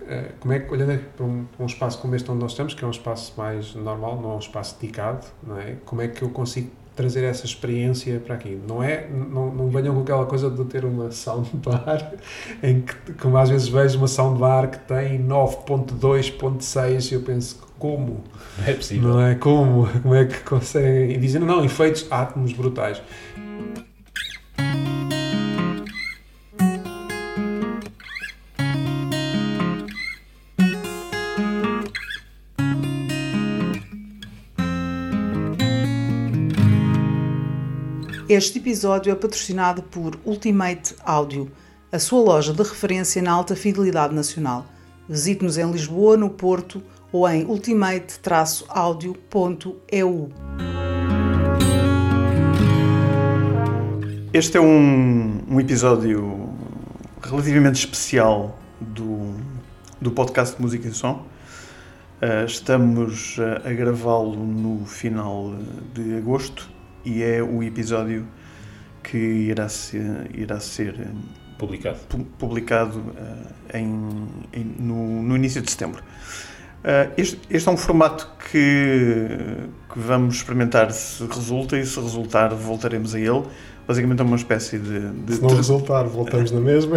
como é que, olhando para um espaço como este onde nós estamos, que é um espaço mais normal, não é um espaço dedicado, não é? Como é que eu consigo trazer essa experiência para aqui? Não venham com aquela coisa de ter uma soundbar, em que, como às vezes vejo uma soundbar que tem 9.2.6 e eu penso, como? É possível. Não é? Como é que conseguem? E dizem, não, efeitos átomos brutais. Este episódio é patrocinado por Ultimate Audio, a sua loja de referência na alta fidelidade nacional. Visite-nos em Lisboa, no Porto ou em ultimate-audio.eu. Este é um episódio relativamente especial do podcast de Música e Som. Estamos a gravá-lo no final de agosto e é o episódio que irá ser publicado no início de setembro. Este é um formato que vamos experimentar se resulta, e se resultar voltaremos a ele. Basicamente é uma espécie de se não resultar, voltamos na mesma.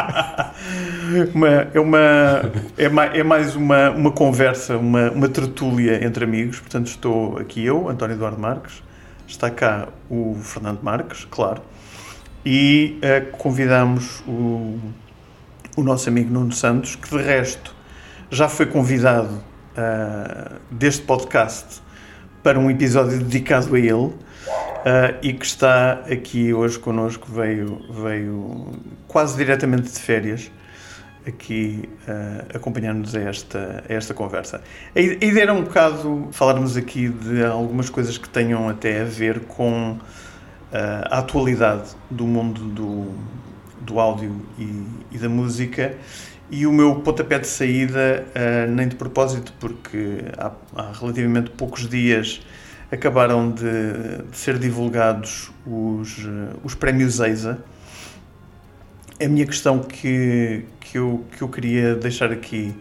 É mais uma conversa, uma tertúlia entre amigos. Portanto, estou aqui eu, António Eduardo Marques, está cá o Fernando Marques, claro, e convidamos o nosso amigo Nuno Santos, que de resto já foi convidado deste podcast para um episódio dedicado a ele, e que está aqui hoje connosco, veio quase diretamente de férias aqui acompanhar-nos a esta conversa. A ideia era um bocado falarmos aqui de algumas coisas que tenham até a ver com a atualidade do mundo do áudio e da música, e o meu pontapé de saída, nem de propósito, porque há relativamente poucos dias acabaram de ser divulgados os prémios EISA. A minha questão que eu queria deixar aqui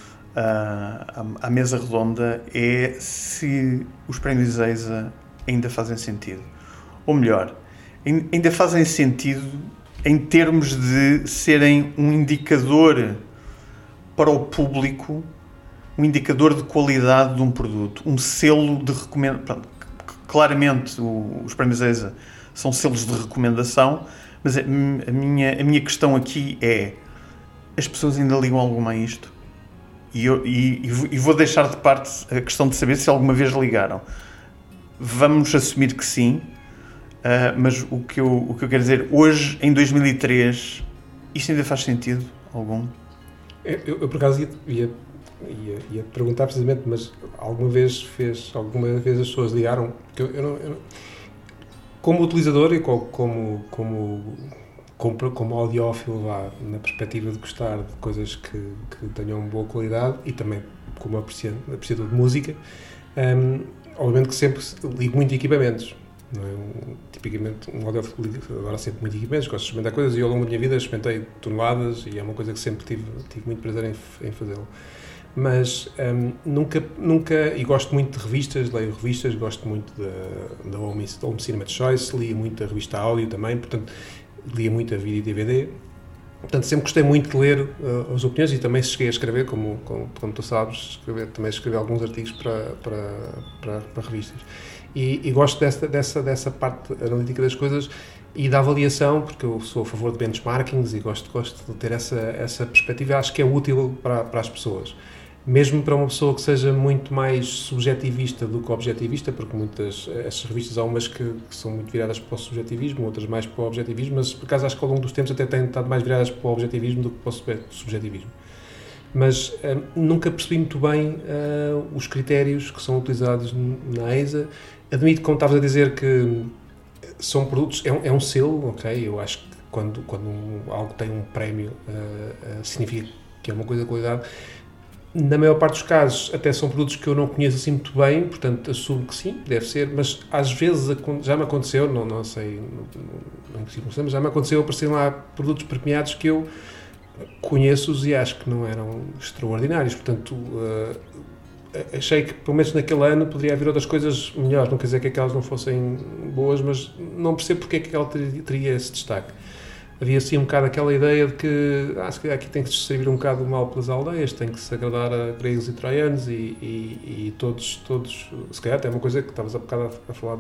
à mesa redonda é se os prémios EISA ainda fazem sentido. Ou melhor, ainda fazem sentido em termos de serem um indicador para o público, um indicador de qualidade de um produto, um selo de recomendação. Claramente, os prémios EISA são selos de recomendação, mas a minha questão aqui é: as pessoas ainda ligam alguma a isto? E vou deixar de parte a questão de saber se alguma vez ligaram. Vamos assumir que sim, mas o que eu quero dizer, hoje, em 2003, isto ainda faz sentido algum? Eu por acaso ia perguntar precisamente, mas alguma vez as pessoas ligaram? Porque eu como utilizador e como audiófilo, na perspectiva de gostar de coisas que tenham boa qualidade, e também como apreciador de música, obviamente que sempre ligo muito equipamentos. Não é? Tipicamente um audiófilo liga agora sempre muito equipamentos, gosto de experimentar coisas, e ao longo da minha vida experimentei toneladas, e é uma coisa que sempre tive muito prazer em fazê-lo. Mas nunca, e gosto muito de revistas, leio revistas, gosto muito da Home Cinema Choice, lia muito a revista áudio também, portanto, lia muito a vídeo e DVD. Portanto, sempre gostei muito de ler as opiniões, e também cheguei a escrever, como tu sabes, também escrevi alguns artigos para revistas. E gosto dessa parte analítica das coisas e da avaliação, porque eu sou a favor de benchmarkings e gosto de ter essa perspectiva. Acho que é útil para as pessoas. Mesmo para uma pessoa que seja muito mais subjetivista do que objetivista, porque essas revistas há umas que são muito viradas para o subjetivismo, outras mais para o objetivismo, mas por acaso acho que ao longo dos tempos até têm estado mais viradas para o objetivismo do que para o subjetivismo. Mas nunca percebi muito bem os critérios que são utilizados na EISA. Admito, como estavas a dizer, que são produtos, é um selo, ok? Eu acho que quando algo tem um prémio significa que é uma coisa de qualidade. Na maior parte dos casos, até são produtos que eu não conheço assim muito bem, portanto, assumo que sim, deve ser, mas às vezes já me aconteceu, não sei em que circunstâncias, mas já me aconteceu aparecerem lá produtos premiados que eu conheço-os e acho que não eram extraordinários, portanto achei que pelo menos naquele ano poderia haver outras coisas melhores, não quer dizer que aquelas não fossem boas, mas não percebo porque é que ela teria esse destaque. Havia assim um bocado aquela ideia de que se calhar aqui tem que se distribuir um bocado o mal pelas aldeias, tem que se agradar a gregos e troianos e todos, se calhar até uma coisa que estavas há bocado a falar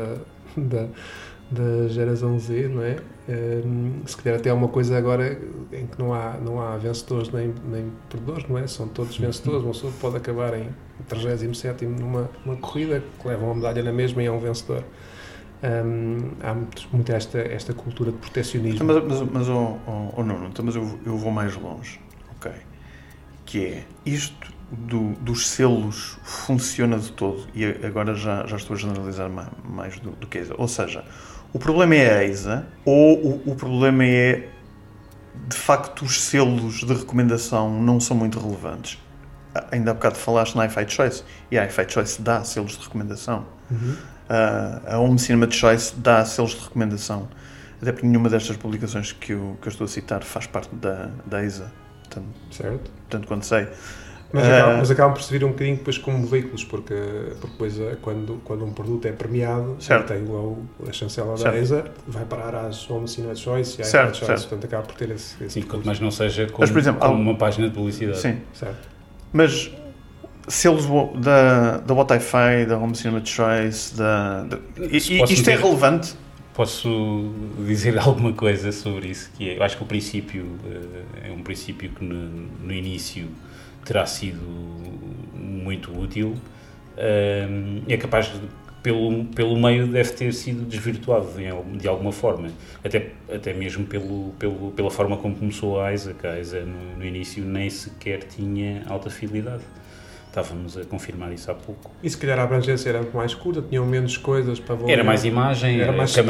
da geração Z, não é? Se calhar até é uma coisa agora em que não há vencedores nem perdedores, não é? São todos vencedores, uma pessoa pode acabar em 37º numa corrida que leva uma medalha na mesma e é um vencedor. Há muito esta cultura de proteccionismo. Mas Nuno, mas eu vou mais longe, ok? Que é isto dos selos funciona de todo, e agora já estou a generalizar mais do que a ESA. Ou seja, o problema é a ESA ou o problema é de facto os selos de recomendação não são muito relevantes? Ainda há bocado falaste na iFight Choice, e a iFight Choice dá selos de recomendação. A Home Cinema Choice dá selos de recomendação, até porque nenhuma destas publicações que eu estou a citar faz parte da ESA, tanto quanto sei. Mas acabam por servir um bocadinho depois como veículos, porque depois quando um produto é premiado, tem a chancela da ESA, vai parar às Home Cinema Choice e à iFight Choice, portanto acaba por ter esse sim, quanto mais não seja como uma página de publicidade. Sim, certo. Mas selos da What I Fi, da Home Cinema Choice, isto é relevante? Posso dizer alguma coisa sobre isso? Que eu acho que o princípio é um princípio que no início terá sido muito útil, é capaz de, pelo meio, deve ter sido desvirtuado de alguma forma, até mesmo pela forma como começou a ESA, que a ESA no início nem sequer tinha alta fidelidade. Estávamos a confirmar isso há pouco. E se calhar a abrangência era mais curta, tinham menos coisas para avaliar. Era mais imagem,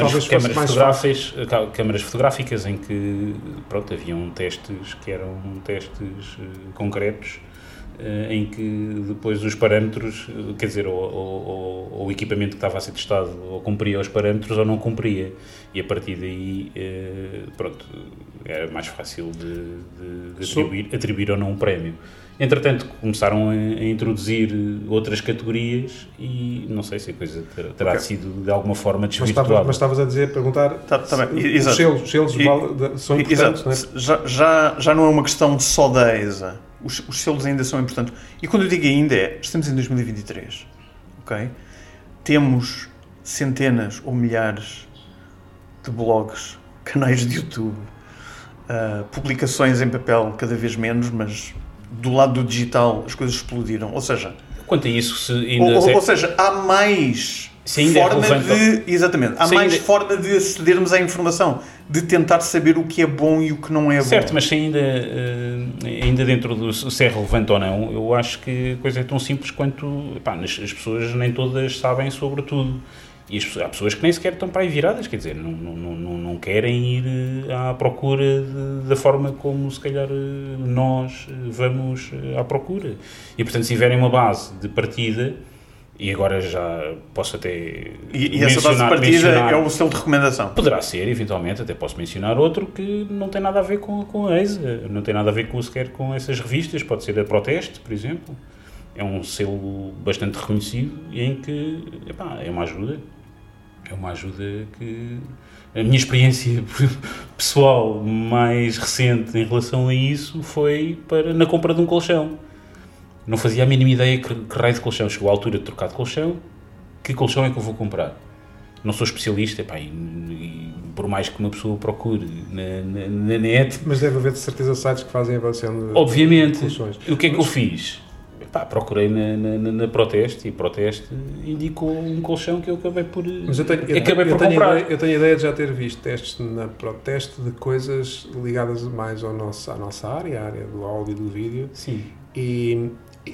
câmaras fotográficas em que haviam testes que eram testes concretos, em que depois os parâmetros, quer dizer, ou o equipamento que estava a ser testado ou cumpria os parâmetros ou não cumpria, e a partir daí era mais fácil de atribuir ou não um prémio. Entretanto, começaram a introduzir outras categorias e não sei se a coisa terá sido de alguma forma desvirtuada. Mas estavas a perguntar os selos são importantes, não é? Já não é uma questão só da ESA. Os selos ainda são importantes. E quando eu digo ainda estamos em 2023, ok? Temos centenas ou milhares de blogs, canais de YouTube, publicações em papel cada vez menos, mas do lado do digital as coisas explodiram. Ou seja, quanto a isso, ou seja, há mais forma de acedermos à informação, de tentar saber o que é bom e o que não é bom. Certo, mas se ainda dentro do se é relevante ou não, eu acho que a coisa é tão simples quanto as pessoas nem todas sabem sobre tudo. E há pessoas que nem sequer estão para aí viradas, quer dizer, não querem ir à procura da forma como se calhar nós vamos à procura. E portanto, se tiverem uma base de partida, e agora já posso até e essa base de partida é o selo de recomendação? Poderá ser, eventualmente, até posso mencionar outro que não tem nada a ver com a ESA, não tem nada a ver sequer com essas revistas, pode ser a Proteste, por exemplo. É um selo bastante reconhecido e em que é uma ajuda. É uma ajuda que... A minha experiência pessoal mais recente em relação a isso foi na compra de um colchão. Não fazia a mínima ideia que raio de colchão. Chegou à altura de trocar de colchão. Que colchão é que eu vou comprar? Não sou especialista, e por mais que uma pessoa procure na net... Mas deve haver de certeza sites que fazem avaliação de obviamente, colchões. O que é que eu fiz? Procurei na Proteste, e Proteste indicou um colchão que eu acabei por comprar. Eu tenho a ideia de já ter visto testes na Proteste de coisas ligadas mais à nossa área, a área do áudio e do vídeo. Sim. E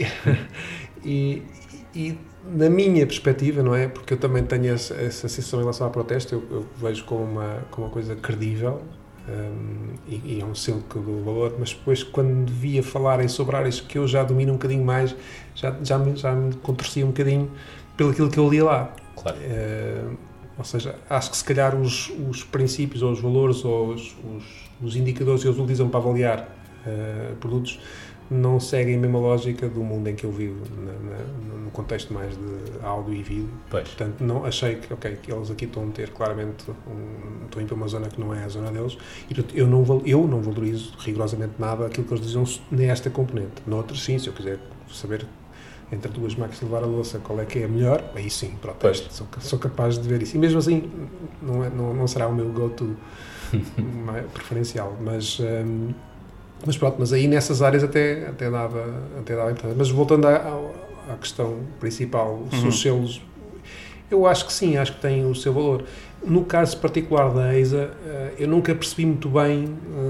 na minha perspectiva, não é? Porque eu também tenho essa sensação em relação à Proteste, eu vejo como uma coisa credível. E é um selo que eu dou valor, mas depois quando via falarem sobre áreas que eu já domino um bocadinho mais, já me contorcia um bocadinho pelo aquilo que eu li lá. Claro. Ou seja, acho que se calhar os princípios ou os valores ou os indicadores que eles utilizam para avaliar produtos, não seguem a mesma lógica do mundo em que eu vivo, no contexto mais de áudio e vídeo. Pois. Portanto, não achei que eles aqui estão a ter claramente, estão a ir para uma zona que não é a zona deles, e portanto eu não valorizo rigorosamente nada aquilo que eles dizem nesta componente. Noutras, sim, se eu quiser saber entre duas máquinas de lavar a louça qual é que é a melhor, aí sim, protesto, sou capaz de ver isso. E mesmo assim, não será o meu go-to preferencial, mas pronto, mas aí nessas áreas até dava importância. Mas voltando à questão principal, os selos, eu acho que sim, acho que têm o seu valor. No caso particular da EISA, eu nunca percebi muito bem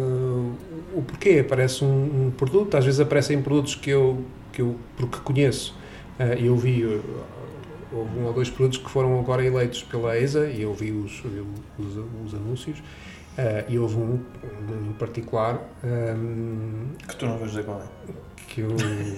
o porquê. Aparece um produto, às vezes aparecem produtos que eu porque conheço, eu vi houve 1 ou 2 produtos que foram agora eleitos pela EISA e eu vi os anúncios, e houve um em particular que tu não vais dizer qual é, que eu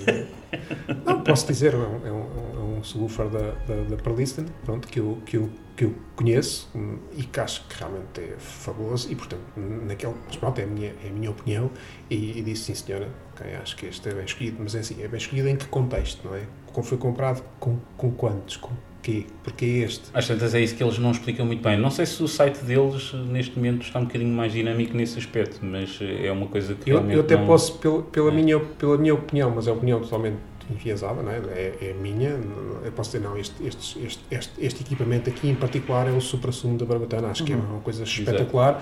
não posso dizer, é um subwoofer da Perliston, pronto, que eu conheço e que acho que realmente é fabuloso, e portanto mas pronto, é a minha opinião, e disse sim senhora, acho que este é bem escolhido, mas é assim, é bem escolhido em que contexto, não é? Como foi comprado, com quantos, com quê, porque é este? Às tantas é isso que eles não explicam muito bem. Não sei se o site deles neste momento está um bocadinho mais dinâmico nesse aspecto, mas é uma coisa que eu até não... posso, pela minha opinião, mas é uma opinião totalmente enviesada, não é? É minha, eu posso dizer, não, este equipamento aqui em particular é o supra-sumo da barbatana, acho que é uma coisa espetacular.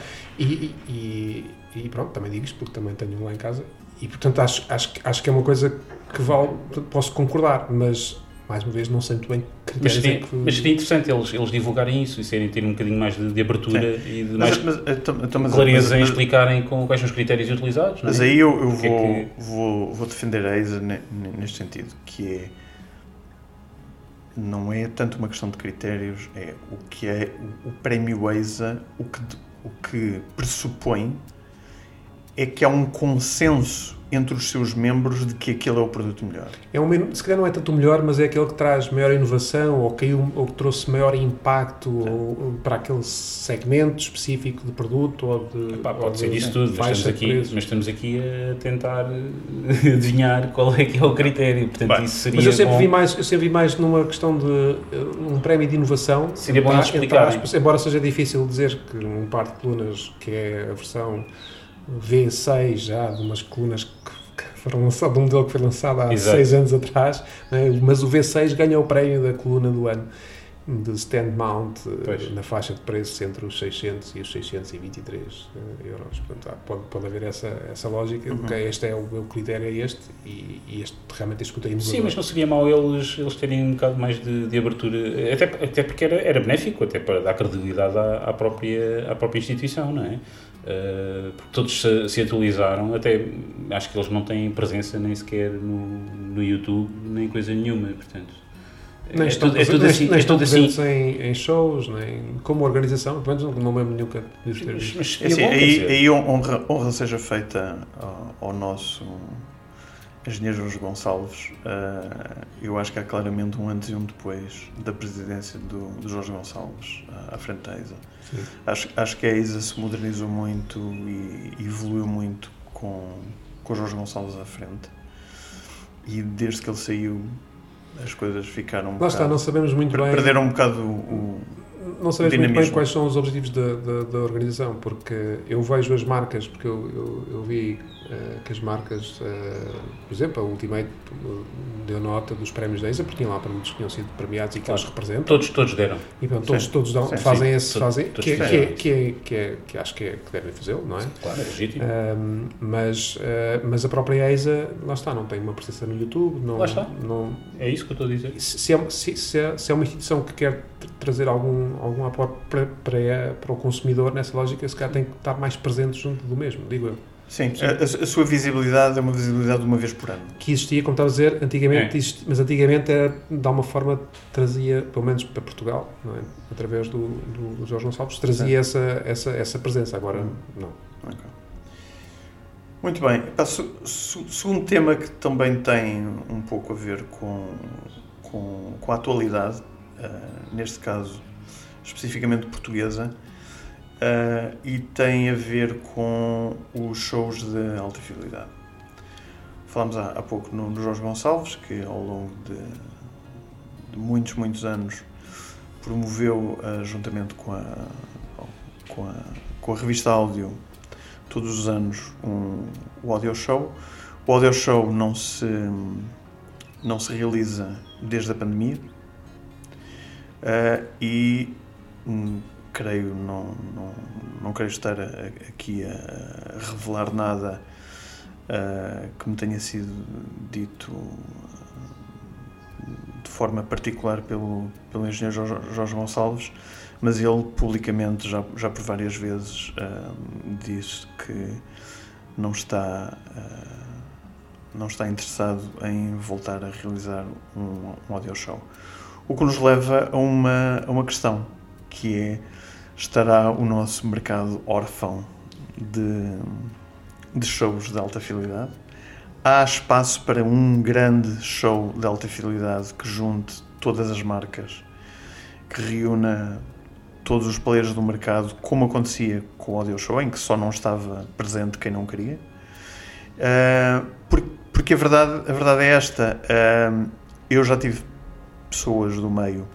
E pronto, também digo isto porque também tenho um lá em casa, e portanto acho que é uma coisa que vale, posso concordar, mas mais uma vez não sei muito bem que critérios mas seria interessante eles divulgarem isso e ter um bocadinho mais de abertura, sim, e de mais clareza em explicarem quais são os critérios utilizados. Mas aí eu vou defender a EISA neste sentido, que não é tanto uma questão de critérios, é o prémio EISA, o que pressupõe é que há um consenso entre os seus membros de que aquele é o produto melhor. Se calhar não é tanto o melhor, mas é aquele que traz maior inovação, ou que trouxe maior impacto para aquele segmento específico de produto, ou de... pode ser isso tudo, mas estamos aqui a tentar adivinhar qual é que é o critério. Portanto, isso seria, mas eu sempre vi mais numa questão de um prémio de inovação. Seria bom explicar. Embora seja difícil dizer que um par de colunas, que é a versão V6 já, de umas colunas que foram lançadas, de um modelo que foi lançado há 6 anos atrás, né? Mas o V6 ganha o prémio da coluna do ano de stand mount, na faixa de preços entre os 600 e os 623 euros. Portanto, pode haver essa lógica, este é o meu critério, é este, e realmente este que eu Sim, mas não seria mau eles terem um bocado mais de abertura, até porque era benéfico, até para dar credibilidade à própria instituição, não é? Porque todos se atualizaram, até acho que eles não têm presença nem sequer no YouTube, nem coisa nenhuma, portanto nem estão presentes em shows, nem como organização, pelo menos não lembro nunca de ter visto. Aí honra seja feita ao nosso engenheiro Jorge Gonçalves. Eu acho que há claramente um antes e um depois da presidência do Jorge Gonçalves à frente da EISA. Acho que a EISA se modernizou muito e evoluiu muito com o Jorge Gonçalves à frente, e desde que ele saiu as coisas ficaram um bocado... não sabemos muito bem... Perderam um bocado não sabemos muito bem quais são os objetivos da organização, porque eu vejo as marcas, porque eu vi que as marcas, por exemplo, a Ultimate deu nota dos prémios da EISA, porque tinham lá produtos que tinham sido premiados e que eles representam. Todos deram. E pronto, todos dão, fazem esse, que acho que devem fazê-lo, não é? Claro, é legítimo. Mas a própria EISA, lá está, não tem uma presença no YouTube. Lá está. É isso que eu estou a dizer. Se é uma instituição que quer trazer algum aporte para o consumidor, nessa lógica, se calhar tem que estar mais presente junto do mesmo, digo eu. Sim. A sua visibilidade é uma visibilidade de uma vez por ano. Que existia, como estava a dizer, antigamente, mas antigamente era, de alguma forma, trazia, pelo menos para Portugal, não é? Através do Jorge Gonçalves, trazia essa presença, agora não. Okay. Muito bem. Segundo tema que também tem um pouco a ver com a atualidade, neste caso especificamente portuguesa, e tem a ver com os shows de alta fidelidade. falámos há pouco no Jorge Gonçalves, que ao longo de muitos anos promoveu, juntamente com a revista Áudio, todos os anos o Audio Show. O Audio Show não se realiza desde a pandemia e creio, não quero estar aqui a revelar nada que me tenha sido dito de forma particular pelo engenheiro Jorge Gonçalves, mas ele publicamente já por várias vezes disse que não está interessado em voltar a realizar um audio show. O que nos leva a uma questão, que é: estará o nosso mercado órfão de shows de alta fidelidade? Há espaço para um grande show de alta fidelidade que junte todas as marcas, que reúna todos os players do mercado, como acontecia com o audio show, em que só não estava presente quem não queria? Porque a verdade é esta. Eu já tive pessoas do meio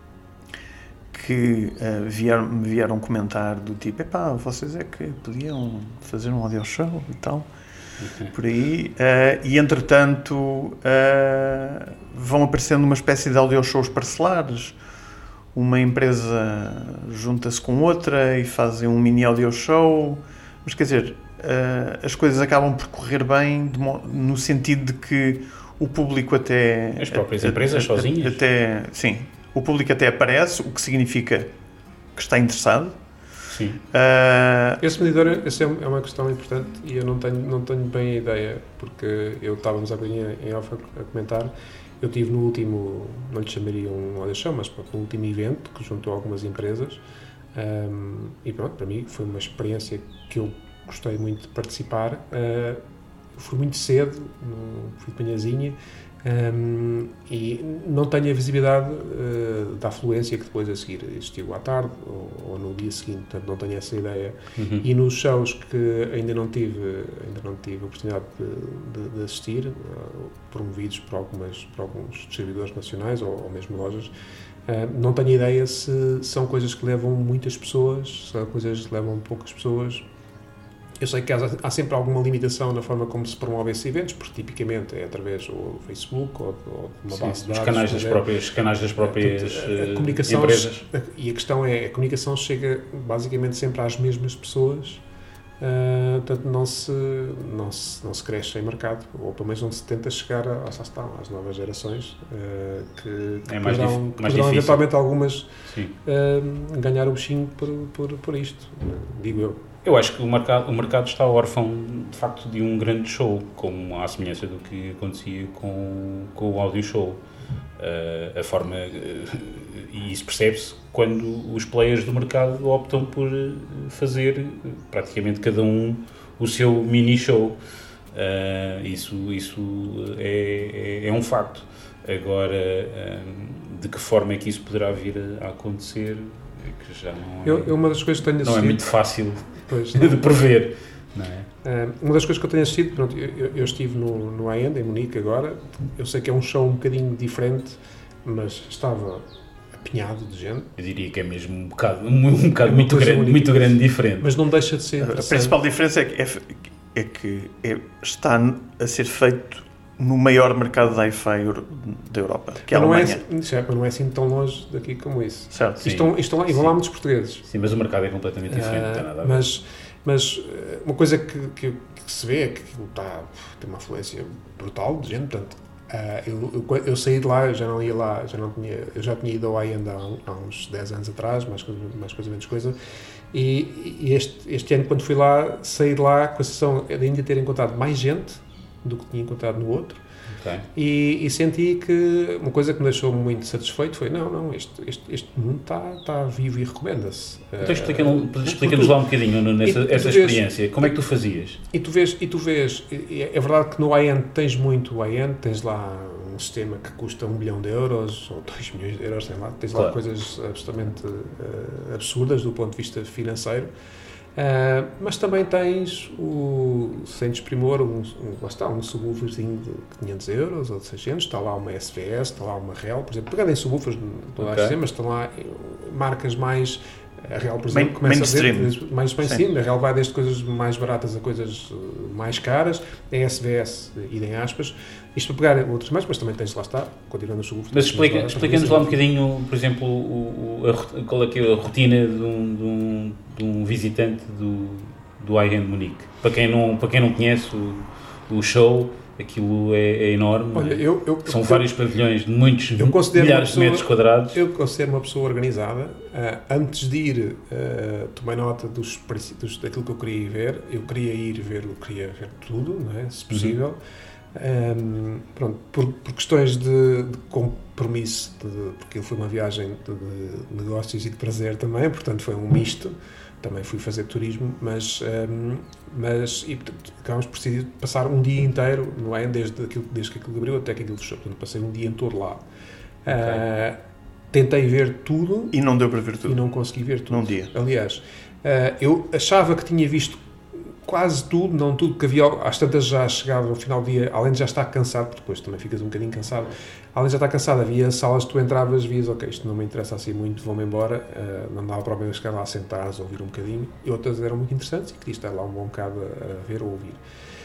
que me vieram comentar do tipo: epá, vocês é que podiam fazer um audio show e tal, por aí, e entretanto vão aparecendo uma espécie de audio shows parcelares. Uma empresa junta-se com outra e fazem um mini audio show, mas quer dizer, as coisas acabam por correr bem no sentido de que o público até... As próprias empresas sozinhas? Sim. O público até aparece, o que significa que está interessado. Sim. Esse medidor, essa é uma questão importante e eu não tenho bem a ideia, porque estávamos há bocadinho em off a comentar. Eu tive no último, não lhe chamaria um audio show, mas no último evento que juntou algumas empresas, e pronto, para mim foi uma experiência que eu gostei muito de participar. Fui muito cedo, fui de manhãzinha, e não tenho a visibilidade da afluência que depois a seguir existiu à tarde ou no dia seguinte, portanto não tenho essa ideia. E nos shows que ainda não tive a oportunidade de assistir, promovidos por alguns distribuidores nacionais ou mesmo lojas, não tenho ideia se são coisas que levam muitas pessoas, se são coisas que levam poucas pessoas. Eu sei que há sempre alguma limitação na forma como se promovem esses eventos, porque tipicamente é através do Facebook ou de uma base de dados. Os canais das próprias a comunicação, empresas. E a questão é, a comunicação chega basicamente sempre às mesmas pessoas, portanto não se cresce em mercado, ou pelo menos não se tenta chegar às novas gerações, que poderão eventualmente algumas ganhar o bichinho por isto, digo eu. Eu acho que o mercado está órfão, de facto, de um grande show, como à semelhança do que acontecia com o audio show. A forma, e isso percebe-se quando os players do mercado optam por fazer praticamente cada um o seu mini show. Isso é um facto. Agora, de que forma é que isso poderá vir a acontecer, que já não uma das coisas que tenho é muito fácil de prever, não é? Uma das coisas que eu tenho assistido, pronto, eu estive no AEND, em Munique agora. Eu sei que é um show um bocadinho diferente, mas estava apinhado de gente. Eu diria que é mesmo um bocado muito grande diferente. Mas não deixa de ser. A principal diferença é que está a ser feito no maior mercado de hi-fi da Europa, que é a Alemanha. Não é assim tão longe daqui como isso. Certo. Estão lá, e vão lá muitos portugueses. Sim, mas o mercado é completamente diferente, não tem nada a ver. Mas uma coisa que se vê é que tem uma afluência brutal de gente. Portanto, eu saí de lá, eu já não ia lá, eu já tinha ido ao AEND há uns 10 anos atrás, mais coisa menos coisa, e este ano, quando fui lá, saí de lá com a sensação de ainda ter encontrado mais gente do que tinha encontrado no outro. Okay. E senti que uma coisa que me deixou muito satisfeito foi este mundo está vivo e recomenda-se. Então explica-nos lá um bocadinho essa experiência. Como é que tu fazias? E tu vês, é verdade que no AEND tens muito AEND, tens lá um sistema que custa 1 bilhão de euros ou 2 milhões de euros, sei lá, tens lá coisas absolutamente absurdas do ponto de vista financeiro. Mas também tens sem desprimor, lá está, um subwooferzinho de 500 euros ou de 600, está lá uma SVS, está lá uma Real, por exemplo, pegando em subwoofers, mas estão lá marcas mais, a Real, por exemplo, começa mainstream. a ver mais mainstream, a Real vai desde coisas mais baratas a coisas mais caras, a SVS, idem aspas, isto para pegar outras mais, mas também tens, lá está, continuando os subwoofers. Mas explica-nos lá um bocadinho, por exemplo, qual é que é a rotina de um visitante do iHand Munique. Para quem não conhece o show, aquilo é enorme. Olha, são vários pavilhões de muitos milhares de metros quadrados. Eu considero uma pessoa organizada. Antes de ir, tomei nota daquilo que eu queria ir ver. Eu queria ver tudo, não é? Se possível. Pronto, por questões de compromisso, porque ele foi uma viagem de negócios e de prazer também, portanto foi um misto. Também fui fazer turismo, mas acabamos por decidir passar um dia inteiro, não é? Desde que aquilo abriu até que aquilo fechou. Portanto, passei um dia todo lá. Tentei ver tudo. E não deu para ver tudo. E não consegui ver tudo. Num dia. Aliás, eu achava que tinha visto quase tudo, não tudo, que havia, às tantas já chegava ao final do dia, além de já estar cansado, porque depois também ficas um bocadinho cansado, além de já estar cansado, havia salas que tu entravas, vias, ok, isto não me interessa assim muito, vou-me embora, não dava para o chegar lá a sentares, ouvir um bocadinho, e outras eram muito interessantes, e queria estar lá um bom bocado a ver ou ouvir.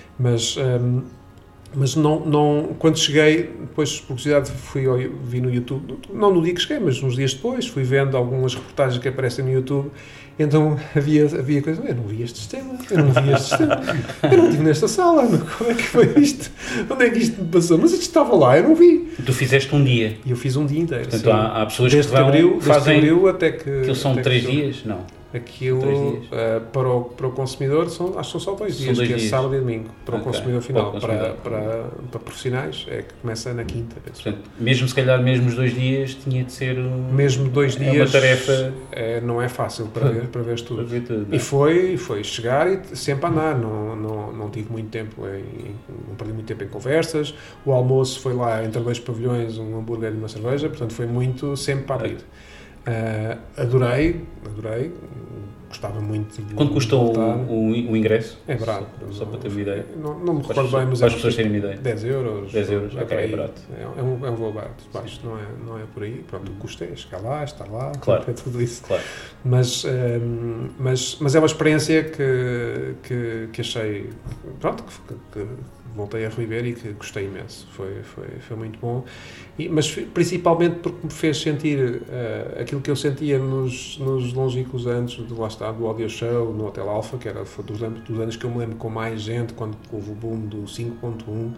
Mas não, quando cheguei, depois, por curiosidade, vi no YouTube, não no dia que cheguei, mas uns dias depois, fui vendo algumas reportagens que aparecem no YouTube, então havia coisas, eu não vi este sistema, eu não estive nesta sala, como é que foi isto? Onde é que isto me passou? Mas isto estava lá, eu não vi. Tu fizeste um dia. E eu fiz um dia inteiro. Portanto, há pessoas desde que fazem... Desde que abriu até que... Aquilo são 3 dias? Não. Aquilo, para o consumidor, acho que são só 2 dias, que é sábado e domingo. Para o consumidor final, para profissionais, é que começa na quinta. Portanto, mesmo se calhar, mesmo os 2 dias, tinha de ser mesmo 2 dias, uma tarefa... não é fácil para ver tudo. Para ver tudo, e foi chegar e sempre a andar, não tive muito tempo, não perdi muito tempo em conversas. O almoço foi lá, entre 2 pavilhões, um hambúrguer e uma cerveja, portanto foi muito sempre para abrir. Adorei, gostava muito de Quanto custa o ingresso? É barato. Só para ter uma ideia. Não me recordo bem, mas para as pessoas terem uma ideia. 10 euros. 10 euros, ok, é barato. É um valor barato, baixo, não é por aí. Pronto, o custo é chegar lá, estar lá, claro, é tudo isso. Claro. Mas é uma experiência que achei, pronto, que voltei a reviver e que gostei imenso. Foi muito bom. Mas principalmente porque me fez sentir aquilo que eu sentia nos longínquos anos do Audio Show, no Hotel Alfa, que foi dos anos que eu me lembro com mais gente, quando houve o boom do 5.1.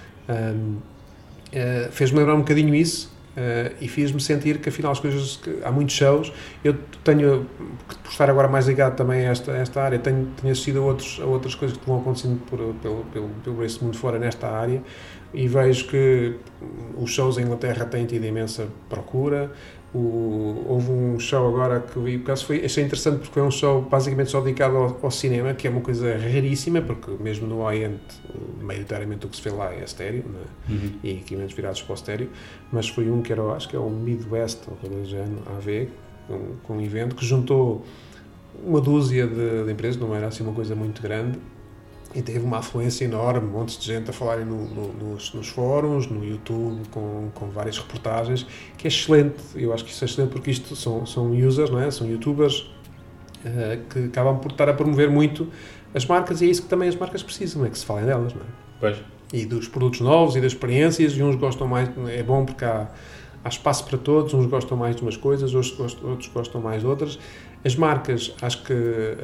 Fez-me lembrar um bocadinho isso. E fiz-me sentir que afinal há muitos shows, eu tenho, por estar agora mais ligado também a esta área, tenho assistido a outras coisas que vão acontecendo pelo esse mundo fora nesta área, e vejo que os shows em Inglaterra têm tido imensa procura. Houve um show agora que eu vi, por acaso achei interessante, porque foi um show basicamente só dedicado ao cinema, que é uma coisa raríssima, porque mesmo no high-end, maioritariamente o que se vê lá é estéreo, né? E equipamentos virados para o estéreo, mas foi um que acho que é o Midwest, ou coisa do género, AV, com um evento que juntou uma dúzia de empresas, não era assim uma coisa muito grande, e teve uma afluência enorme, montes de gente a falarem nos fóruns, no YouTube, com várias reportagens, que é excelente. Eu acho que isso é excelente porque isto são users, não é? São youtubers que acabam por estar a promover muito as marcas, e é isso que também as marcas precisam, é que se falem delas, não é? Pois. E dos produtos novos e das experiências, e uns gostam mais, é bom porque há espaço para todos, uns gostam mais de umas coisas, outros gostam mais de outras. As marcas, acho que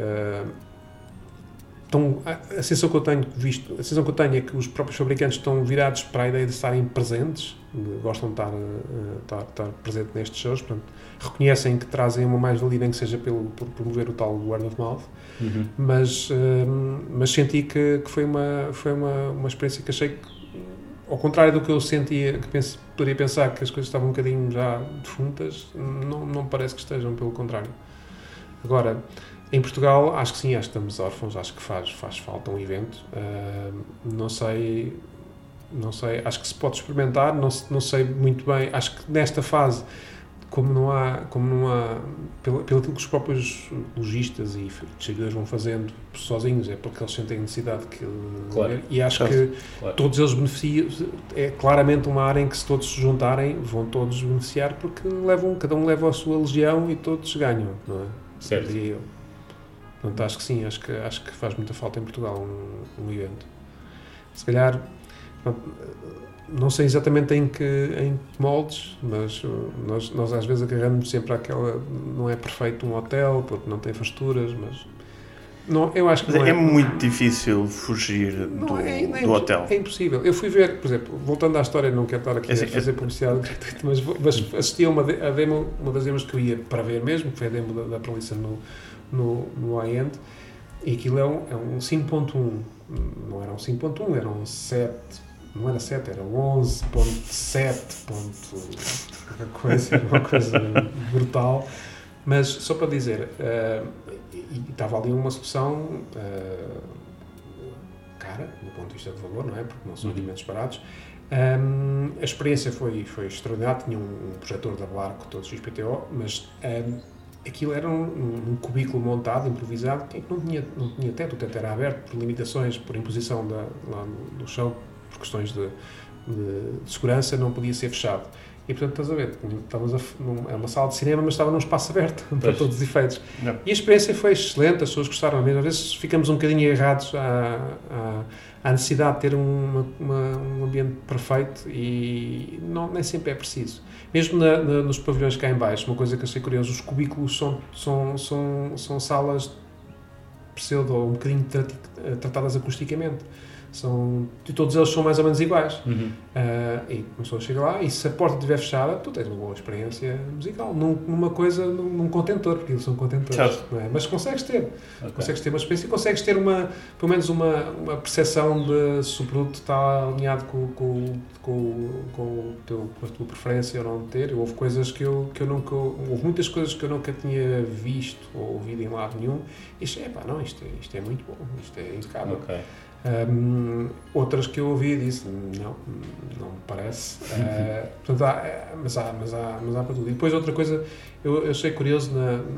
a sensação que eu tenho é que os próprios fabricantes estão virados para a ideia de estarem presentes, gostam de estar presente nestes shows, portanto, reconhecem que trazem uma mais-valia, nem que seja por promover o tal word of mouth, mas senti que foi uma experiência que achei que, ao contrário do que eu sentia, que poderia pensar que as coisas estavam um bocadinho já defuntas, não parece que estejam, pelo contrário. Agora, em Portugal, acho que sim, acho que estamos órfãos, acho que faz falta um evento. Não sei, acho que se pode experimentar, não sei muito bem, acho que nesta fase como não há pelo aquilo que os próprios lojistas e distribuidores vão fazendo sozinhos, é porque eles sentem necessidade e acho que todos eles beneficiam, é claramente uma área em que se todos se juntarem vão todos beneficiar, porque cada um leva a sua legião e todos ganham, não é? Certo. Portanto, acho que sim, acho que faz muita falta em Portugal um evento. Se calhar, não sei exatamente em que moldes, mas nós às vezes agarramos sempre àquela, não é perfeito um hotel, porque não tem fasturas, mas não, eu acho que não é muito difícil fugir do hotel. É impossível. Eu fui ver, por exemplo, voltando à história, não quero estar aqui a fazer publicidade gratuita, mas assisti a uma demo, uma das demos que eu ia para ver mesmo, que foi a demo da Prolissa no high-end, e aquilo é um 5.1, não era um 5.1, era um 7. Não era 7, era 11.7. Uma coisa brutal. Mas, só para dizer, e estava ali uma solução cara, do ponto de vista de valor, não é? Porque não são alimentos baratos. A experiência foi extraordinária, tinha um projetor da Blarco, todo XPTO, mas aquilo era um cubículo montado, improvisado, que não tinha teto, o teto era aberto por limitações, por imposição lá no chão, por questões de segurança, não podia ser fechado. E, portanto, estás a ver, é uma sala de cinema, mas estava num espaço aberto, para todos os efeitos. Não. E a experiência foi excelente, as pessoas gostaram mesmo. Às vezes ficamos um bocadinho errados à necessidade de ter um ambiente perfeito e nem sempre é preciso. Mesmo nos pavilhões cá em baixo, uma coisa que achei curiosa, os cubículos são salas pseudo, um bocadinho tratadas acusticamente. E todos eles são mais ou menos iguais. E a pessoa chega lá e se a porta estiver fechada, tu tens uma boa experiência musical. Num contentor, porque eles são contentores. Não é? Mas consegues ter uma experiência e consegues ter pelo menos uma percepção de se o produto está alinhado com a tua preferência ou não ter. Houve coisas houve muitas coisas que eu nunca tinha visto ou ouvido em lado nenhum. Isto é muito bom, isto é impecável. Okay. Outras que eu ouvi e disse não me parece, portanto, mas há para tudo. E depois outra coisa eu achei curioso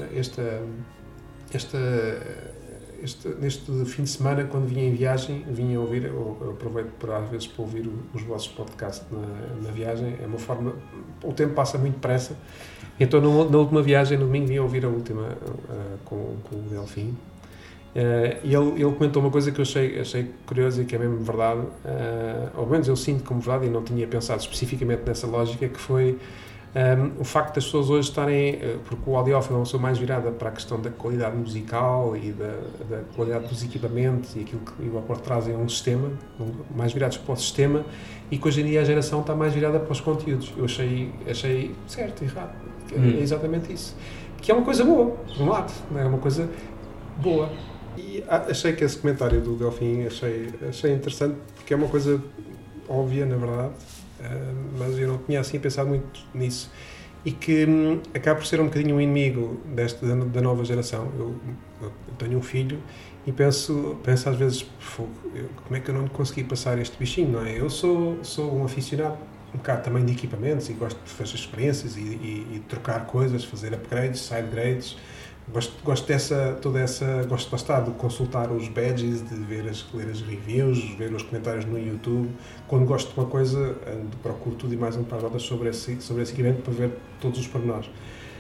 neste fim de semana, quando vinha em viagem, vinha ouvir, eu aproveito às vezes para ouvir os vossos podcasts na viagem, é uma forma, o tempo passa muito depressa, então na última viagem, no domingo, vinha ouvir a última com o Delfim. E ele comentou uma coisa que eu achei curiosa e que é mesmo verdade, ou menos eu sinto como verdade e não tinha pensado especificamente nessa lógica, que foi o facto das pessoas hoje estarem, porque o audiófilo é uma pessoa mais virada para a questão da qualidade musical e da qualidade dos equipamentos e aquilo que o acordo traz é um sistema, mais virados para o sistema, e que hoje em dia a geração está mais virada para os conteúdos. Eu achei certo, errado, é exatamente isso, que é uma coisa boa, por um lado, não é uma coisa boa. E achei que esse comentário do Delfim achei interessante, porque é uma coisa óbvia, na verdade, mas eu não tinha assim pensado muito nisso, e que acaba por ser um bocadinho um inimigo da nova geração. Eu tenho um filho e penso às vezes, como é que eu não consegui passar este bichinho, não é? Eu sou um aficionado um bocado também de equipamentos e gosto de fazer experiências e trocar coisas, fazer upgrades, sidegrades. Gosto de consultar os badges, de ler as reviews, ver os comentários no YouTube. Quando gosto de uma coisa, procuro tudo e mais um par de horas sobre esse equipamento para ver todos os pormenores.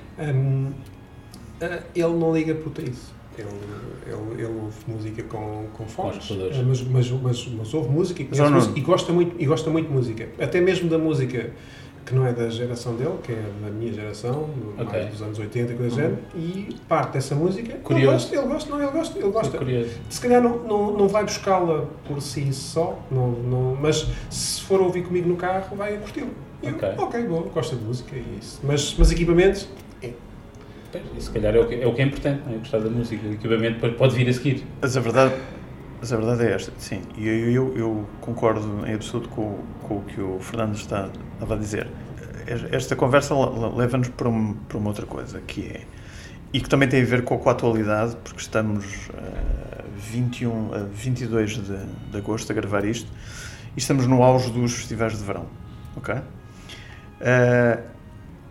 Ele não liga por isso. Ele ouve música com fones, mas ouve música e gosta muito de música. Até mesmo da música que não é da geração dele, que é da minha geração, mais dos anos 80, coisa do género, e parte dessa música, ele gosta. Se calhar não vai buscá-la por si só, mas se for ouvir comigo no carro, vai curti-lo. Bom, gosta de música e isso. Mas equipamentos, E se calhar é o que é importante, não é? Gostar da música, o equipamento pode vir a seguir. Mas a verdade é esta, sim, e eu concordo em absoluto com o que o Fernando estava a dizer. Esta conversa leva-nos para uma outra coisa, e que também tem a ver com a atualidade, porque estamos a 22 de agosto a gravar isto, e estamos no auge dos festivais de verão, ok?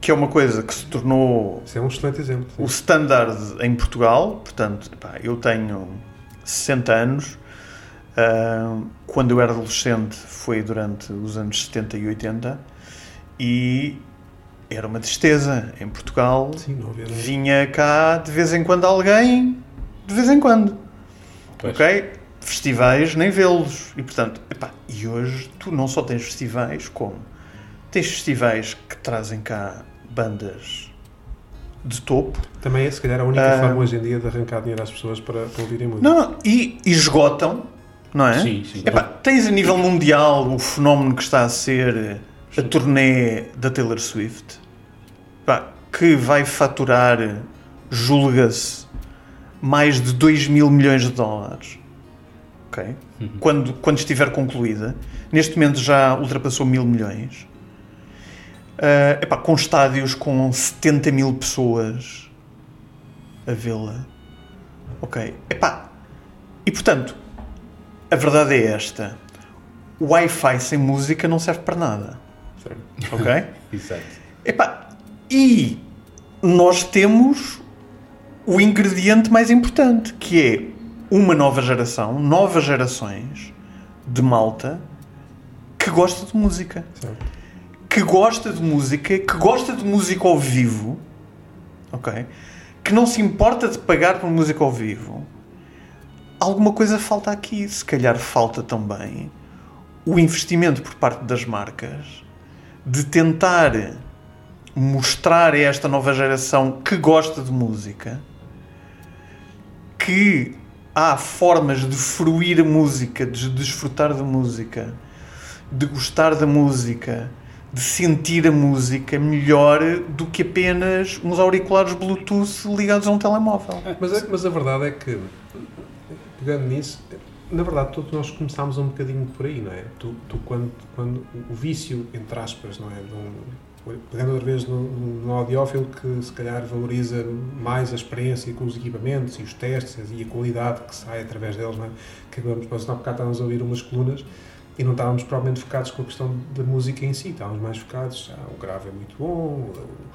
que é uma coisa que se tornou Isso é um excelente exemplo. o standard em Portugal. Portanto, eu tenho 60 anos. Quando eu era adolescente foi durante os anos 70 e 80 e era uma tristeza em Portugal. Sim, não havia nada. Vinha cá de vez em quando alguém, de vez em quando. Pois. Ok? Festivais, nem vê-los. E portanto, e hoje tu não só tens festivais, como tens festivais que trazem cá bandas de topo. Também é, se calhar, a única forma hoje em dia de arrancar dinheiro às pessoas para ouvirem música. Não, e esgotam, não é? Sim. Tens a nível mundial o fenómeno que está a ser a turnê da Taylor Swift, que vai faturar, julga-se, mais de 2 mil milhões de dólares. Okay? Quando estiver concluída. Neste momento já ultrapassou 1.000 milhões. Com estádios com 70 mil pessoas a vê-la. Ok. E portanto, a verdade é esta. O Wi-Fi sem música não serve para nada. Certo. Ok? Exato. E nós temos o ingrediente mais importante, que é uma nova geração, novas gerações de malta que gosta de música. Certo. Que gosta de música ao vivo, ok? Que não se importa de pagar por música ao vivo. Alguma coisa falta aqui. Se calhar falta também o investimento por parte das marcas de tentar mostrar a esta nova geração que gosta de música que há formas de fruir a música, de desfrutar da música, de gostar da música, de sentir a música melhor do que apenas uns auriculares Bluetooth ligados a um telemóvel. Mas a verdade é que, pegando nisso, na verdade todos nós começámos um bocadinho por aí, não é? Tu quando o vício, entre aspas, não é? Pegando outra vez no audiófilo, que se calhar valoriza mais a experiência com os equipamentos e os testes e a qualidade que sai através deles, não é? Que nós há bocado estávamos a ouvir umas colunas e não estávamos provavelmente focados com a questão da música em si, estávamos mais focados, o grave é muito bom,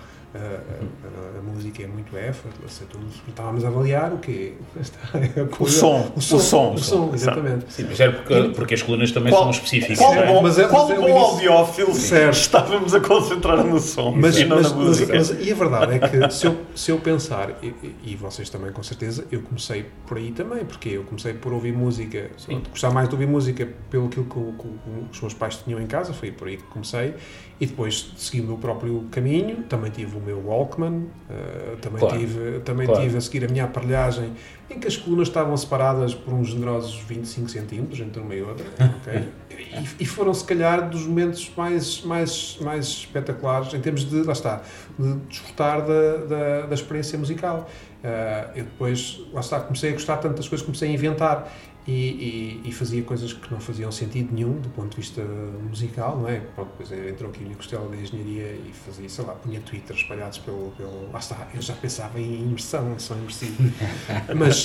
a música é muito effortless, estávamos a avaliar o quê? O som, exatamente. Sim, mas era porque as colunas também são específicas. Qual bom audiófilo estávamos a concentrar no som e não na música. E a verdade é que se eu pensar, e vocês também com certeza, eu comecei por aí também, porque eu comecei por ouvir música, gostar mais de ouvir música pelo aquilo que os meus pais tinham em casa, foi por aí que comecei, e depois segui o meu próprio caminho, também tive o meu Walkman, também tive a seguir a minha aparelhagem, em que as colunas estavam separadas por uns generosos 25 centímetros entre uma e outra, okay? E foram se calhar dos momentos mais espetaculares em termos de, lá está, de desfrutar da experiência musical. Eu depois, lá está, comecei a gostar de tantas coisas, comecei a inventar e fazia coisas que não faziam sentido nenhum do ponto de vista musical, não é? Pronto, depois entrou aqui na costela da engenharia e fazia, sei lá, punha Twitter espalhados pelo... Lá está, eu já pensava em imersão, som imersivo. mas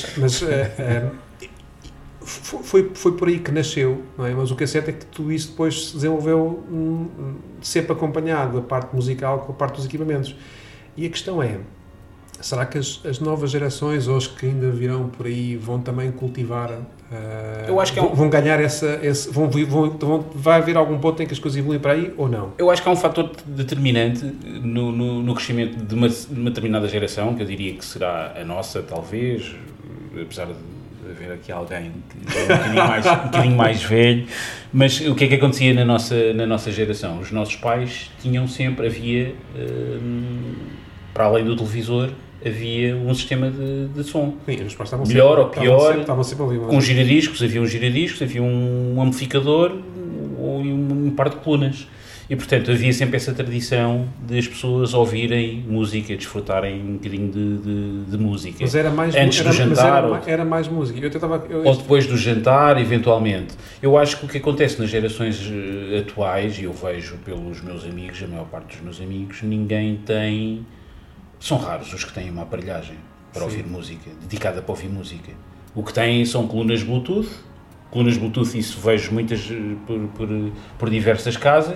foi por aí que nasceu, não é? Mas o que é certo é que tudo isso depois se desenvolveu sempre acompanhado, a parte musical com a parte dos equipamentos. E a questão é, será que as novas gerações, ou as que ainda virão por aí, vão também cultivar, eu acho que vão ganhar vai haver algum ponto em que as coisas evoluem para aí, ou não? Eu acho que há um fator determinante no crescimento de uma determinada geração, que eu diria que será a nossa, talvez, apesar de haver aqui alguém que é um bocadinho mais velho, mas o que é que acontecia na nossa geração? Os nossos pais havia, para além do televisor, havia um sistema de som. Sim, os pais estavam melhor ou pior, estavam sempre ali, com giradiscos, havia um amplificador ou um par de colunas. E, portanto, havia sempre essa tradição de as pessoas ouvirem música, desfrutarem um bocadinho de música. Mas era mais antes do jantar. Era mais música. Ou depois do jantar, eventualmente. Eu acho que o que acontece nas gerações atuais, e eu vejo pelos meus amigos, a maior parte dos meus amigos, ninguém tem... São raros os que têm uma aparelhagem para ouvir música, dedicada para ouvir música. O que têm são colunas Bluetooth, isso vejo muitas por diversas casas,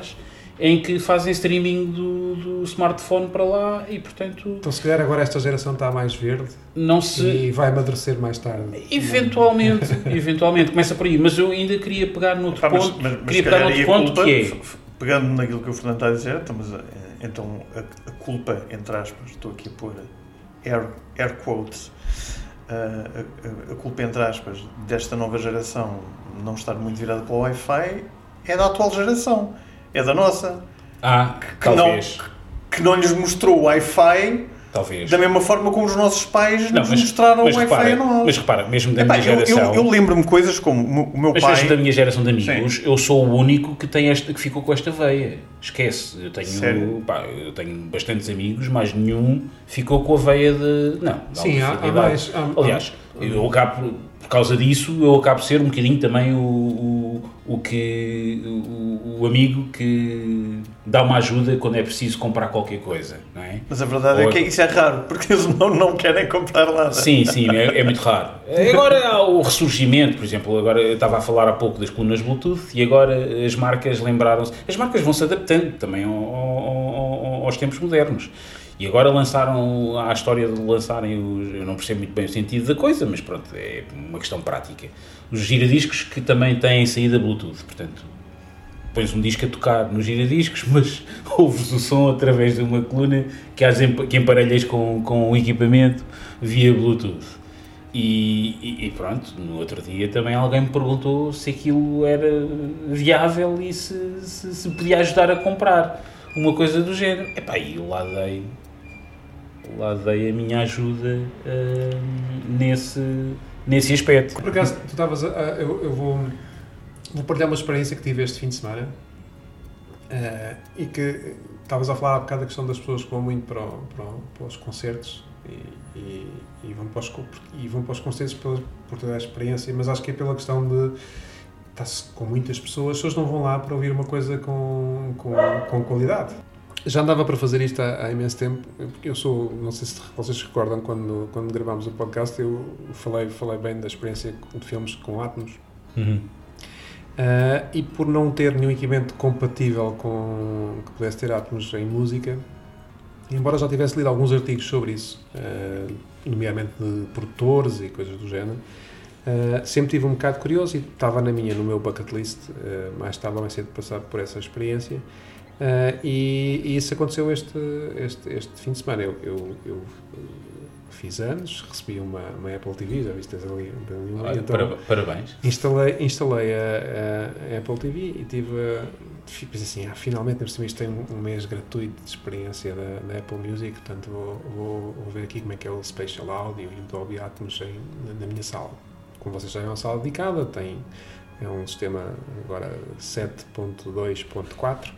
em que fazem streaming do smartphone para lá e, portanto... Então, se calhar agora esta geração está mais verde e vai amadurecer mais tarde. Eventualmente, começa por aí. Mas eu ainda queria pegar no outro ponto. Queria pegar no outro ponto que é... Pegando naquilo que o Fernando está a dizer, então a culpa, entre aspas, estou aqui a pôr air quotes, a culpa, entre aspas, desta nova geração não estar muito virada para o Wi-Fi é da atual geração, é da nossa. Talvez. Que não lhes mostrou o Wi-Fi da mesma forma como os nossos pais nos mostraram o Wi-Fi a nós. Mas repara, mesmo da minha geração... Eu lembro-me coisas como o meu pai... Mas da minha geração de amigos, sim, eu sou o único que ficou com esta veia. Esquece. Eu tenho bastantes amigos, mas nenhum ficou com a veia de... Não, sim, há mais... Aliás, eu acabo... Por causa disso, eu acabo de ser um bocadinho também o amigo que dá uma ajuda quando é preciso comprar qualquer coisa, não é? Mas a verdade é que isso é raro, porque eles não querem comprar nada. Sim, é muito raro. Agora há o ressurgimento, por exemplo, agora eu estava a falar há pouco das colunas Bluetooth e agora as marcas lembraram-se... As marcas vão-se adaptando também aos tempos modernos. E agora lançaram, a história de lançarem eu não percebo muito bem o sentido da coisa, mas pronto, é uma questão prática. Os giradiscos que também têm saída Bluetooth, portanto, pões um disco a tocar nos giradiscos, mas ouves o som através de uma coluna que emparelhas com o equipamento via Bluetooth. E pronto, no outro dia também alguém me perguntou se aquilo era viável e se podia ajudar a comprar uma coisa do género. E eu lá dei a minha ajuda nesse aspecto. Por acaso, tu estavas eu vou partilhar uma experiência que tive este fim de semana e que estavas a falar há bocado da questão das pessoas que vão muito para os concertos e vão para os concertos por toda a experiência, mas acho que é pela questão de estar-se com muitas pessoas, as pessoas não vão lá para ouvir uma coisa com qualidade. Já andava para fazer isto há imenso tempo, porque eu não sei se vocês se recordam, quando gravámos o podcast, eu falei bem da experiência de filmes com Atmos. Uhum. E por não ter nenhum equipamento compatível que pudesse ter Atmos em música, embora já tivesse lido alguns artigos sobre isso, nomeadamente de produtores e coisas do género, sempre tive um bocado curioso e estava no meu bucket list, mais tarde ou mais cedo, passar por essa experiência. E isso aconteceu este fim de semana. Eu fiz anos, recebi uma Apple TV, já viste ali uma. Então, parabéns. Instalei a Apple TV e pensei assim, finalmente isto tem um mês gratuito de experiência da Apple Music, portanto vou ver aqui como é que é o Spatial Audio e o Dolby Atmos na minha sala. Como vocês sabem, é uma sala dedicada, é um sistema agora 7.2.4.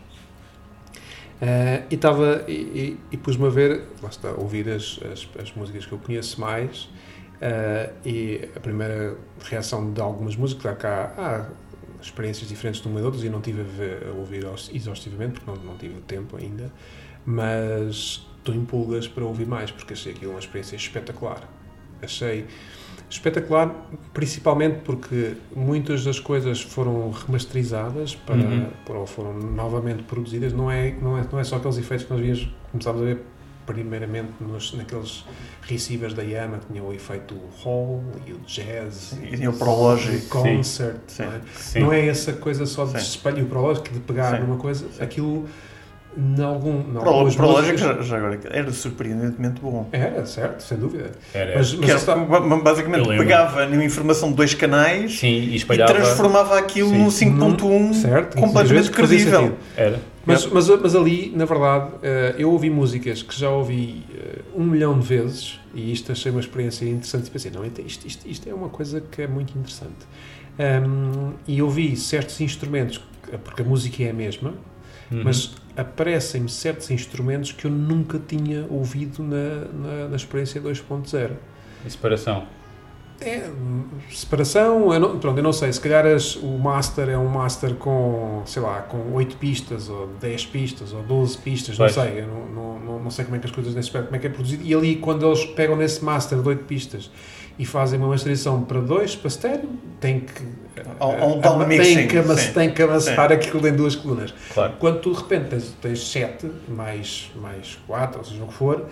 E pus-me a ver, lá está, a ouvir as músicas que eu conheço mais, e a primeira reação de algumas músicas, há experiências diferentes de uma e de outras, e não tive a ouvir exaustivamente, porque não tive tempo ainda, mas estou em pulgas para ouvir mais, porque achei aquilo uma experiência espetacular. Achei espetacular, principalmente porque muitas das coisas foram remasterizadas ou foram novamente produzidas. Não é só aqueles efeitos que nós começámos a ver primeiramente naqueles receivers da Yamaha, que tinham o efeito do hall e o jazz e o Prologic, o concert. Sim. Não é essa coisa só de espelho e o Prologic, de pegar numa coisa, aquilo. O Prologic já agora era surpreendentemente bom. Era, certo, sem dúvida. Mas basicamente pegava numa informação de 2 canais e espalhava, e transformava aquilo num 5.1 completamente credível. Era. Mas ali, na verdade, eu ouvi músicas que já ouvi 1 milhão de vezes, e isto achei uma experiência interessante, e pensei, isto é uma coisa que é muito interessante. E ouvi certos instrumentos, porque a música é a mesma, mas aparecem-me certos instrumentos que eu nunca tinha ouvido na experiência 2.0. Separação. Separação, eu não sei, se calhar o master é um master com 8 pistas, ou 10 pistas, ou 12 pistas, não sei, eu não sei como é que as coisas nesse aspecto, como é que é produzido, e ali quando eles pegam nesse master de 8 pistas e fazem uma masterização para 2, para estéreo, tem que tem que amassar aquilo em 2 colunas. Claro. Quando tu de repente tens 7 mais 4, ou seja o que for,